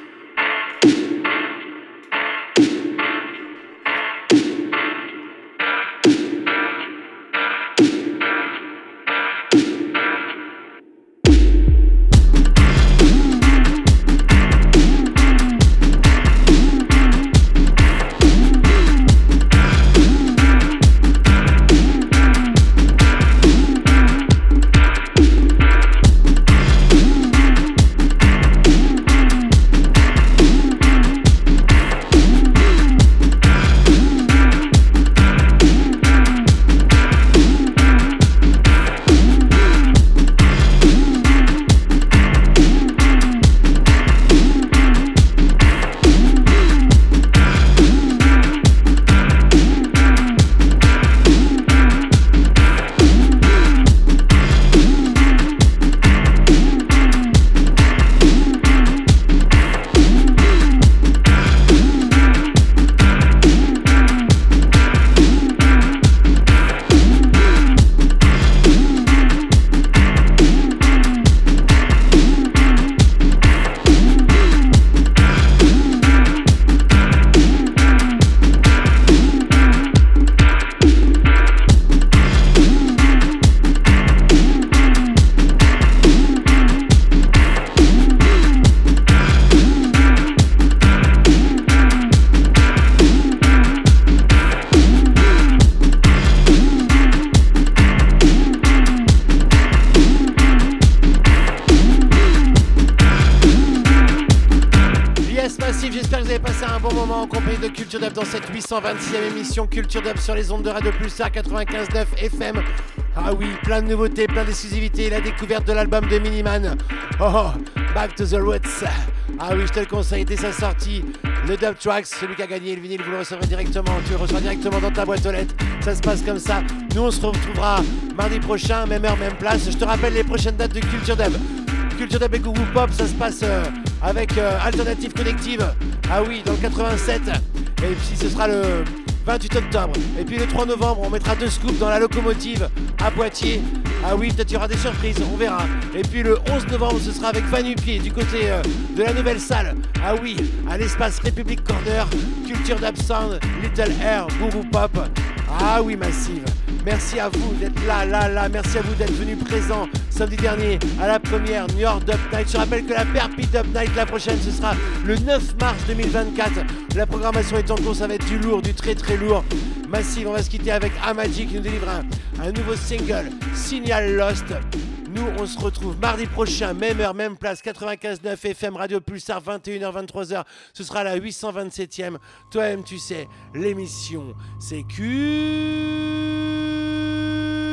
Dans cette huit cent vingt-sixième émission Culture Dub sur les ondes de Radio Pulsar quatre-vingt-quinze neuf F M. Ah oui, plein de nouveautés, plein d'exclusivités, la découverte de l'album de Miniman. Oh, oh, Back to the Roots. Ah oui, je te le conseille dès sa sortie. Le Dub Tracks, celui qui a gagné le vinyle, vous le recevrez directement. Tu le reçois directement dans ta boîte aux lettres. Ça se passe comme ça. Nous, on se retrouvera mardi prochain, même heure, même place. Je te rappelle les prochaines dates de Culture Dub. Culture Dub et Guru Pop, ça se passe euh, avec euh, Alternative Collective. Ah oui, dans le quatre-vingt-sept. Et puis ce sera le vingt-huit octobre. Et puis le trois novembre, on mettra deux scoops dans la locomotive à Poitiers. Ah oui, peut-être il y aura des surprises, on verra. Et puis le onze novembre, ce sera avec Vanupier du côté euh, de la nouvelle salle. Ah oui, à l'espace République Corner, Culture Dub Sound, Little Air, Guru Pop. Ah oui, Massive. Merci à vous d'être là, là, là. Merci à vous d'être venus présents samedi dernier à la première New York Dub Night. Je rappelle que la Perpi Dub Night, la prochaine, ce sera le neuf mars deux mille vingt-quatre. La programmation est en cours, ça va être du lourd, du très très lourd. Massive, on va se quitter avec Amaji qui nous délivre un, un nouveau single, Signal Lost. Nous, on se retrouve mardi prochain, même heure, même place, quatre-vingt-quinze neuf F M, Radio Pulsar, vingt et une heures, vingt-trois heures. Ce sera la huit cent vingt-septième. Toi-même, tu sais, l'émission, c'est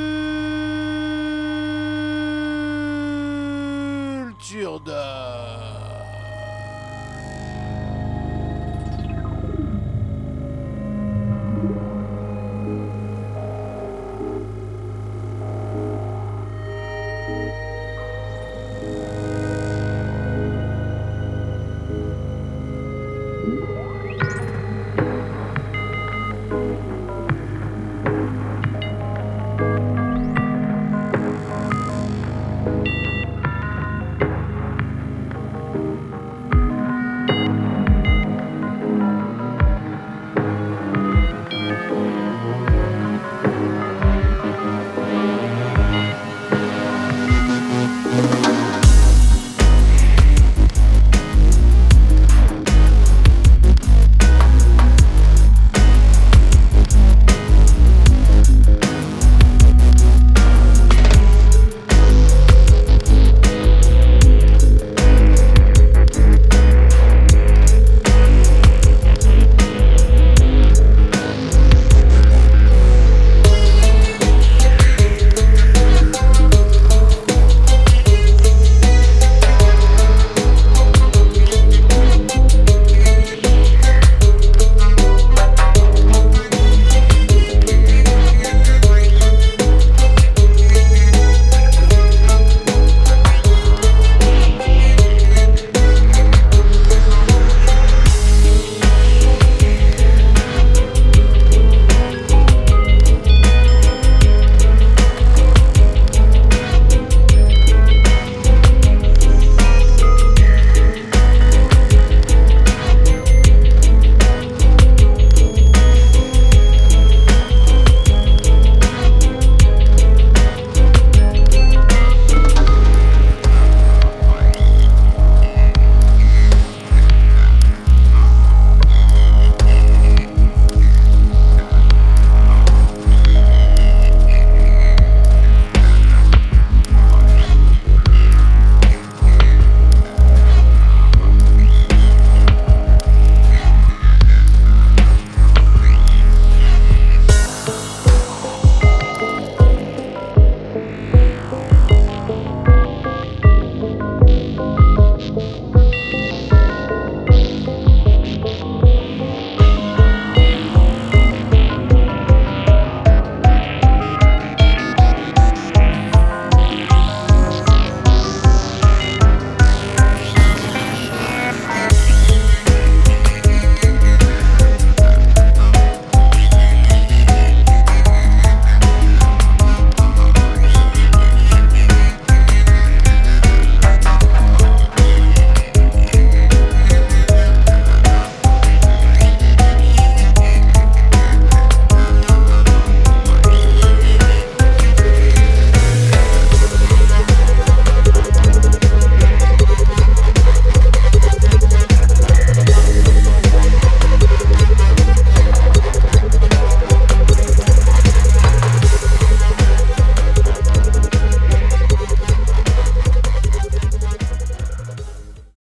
Culture Dub.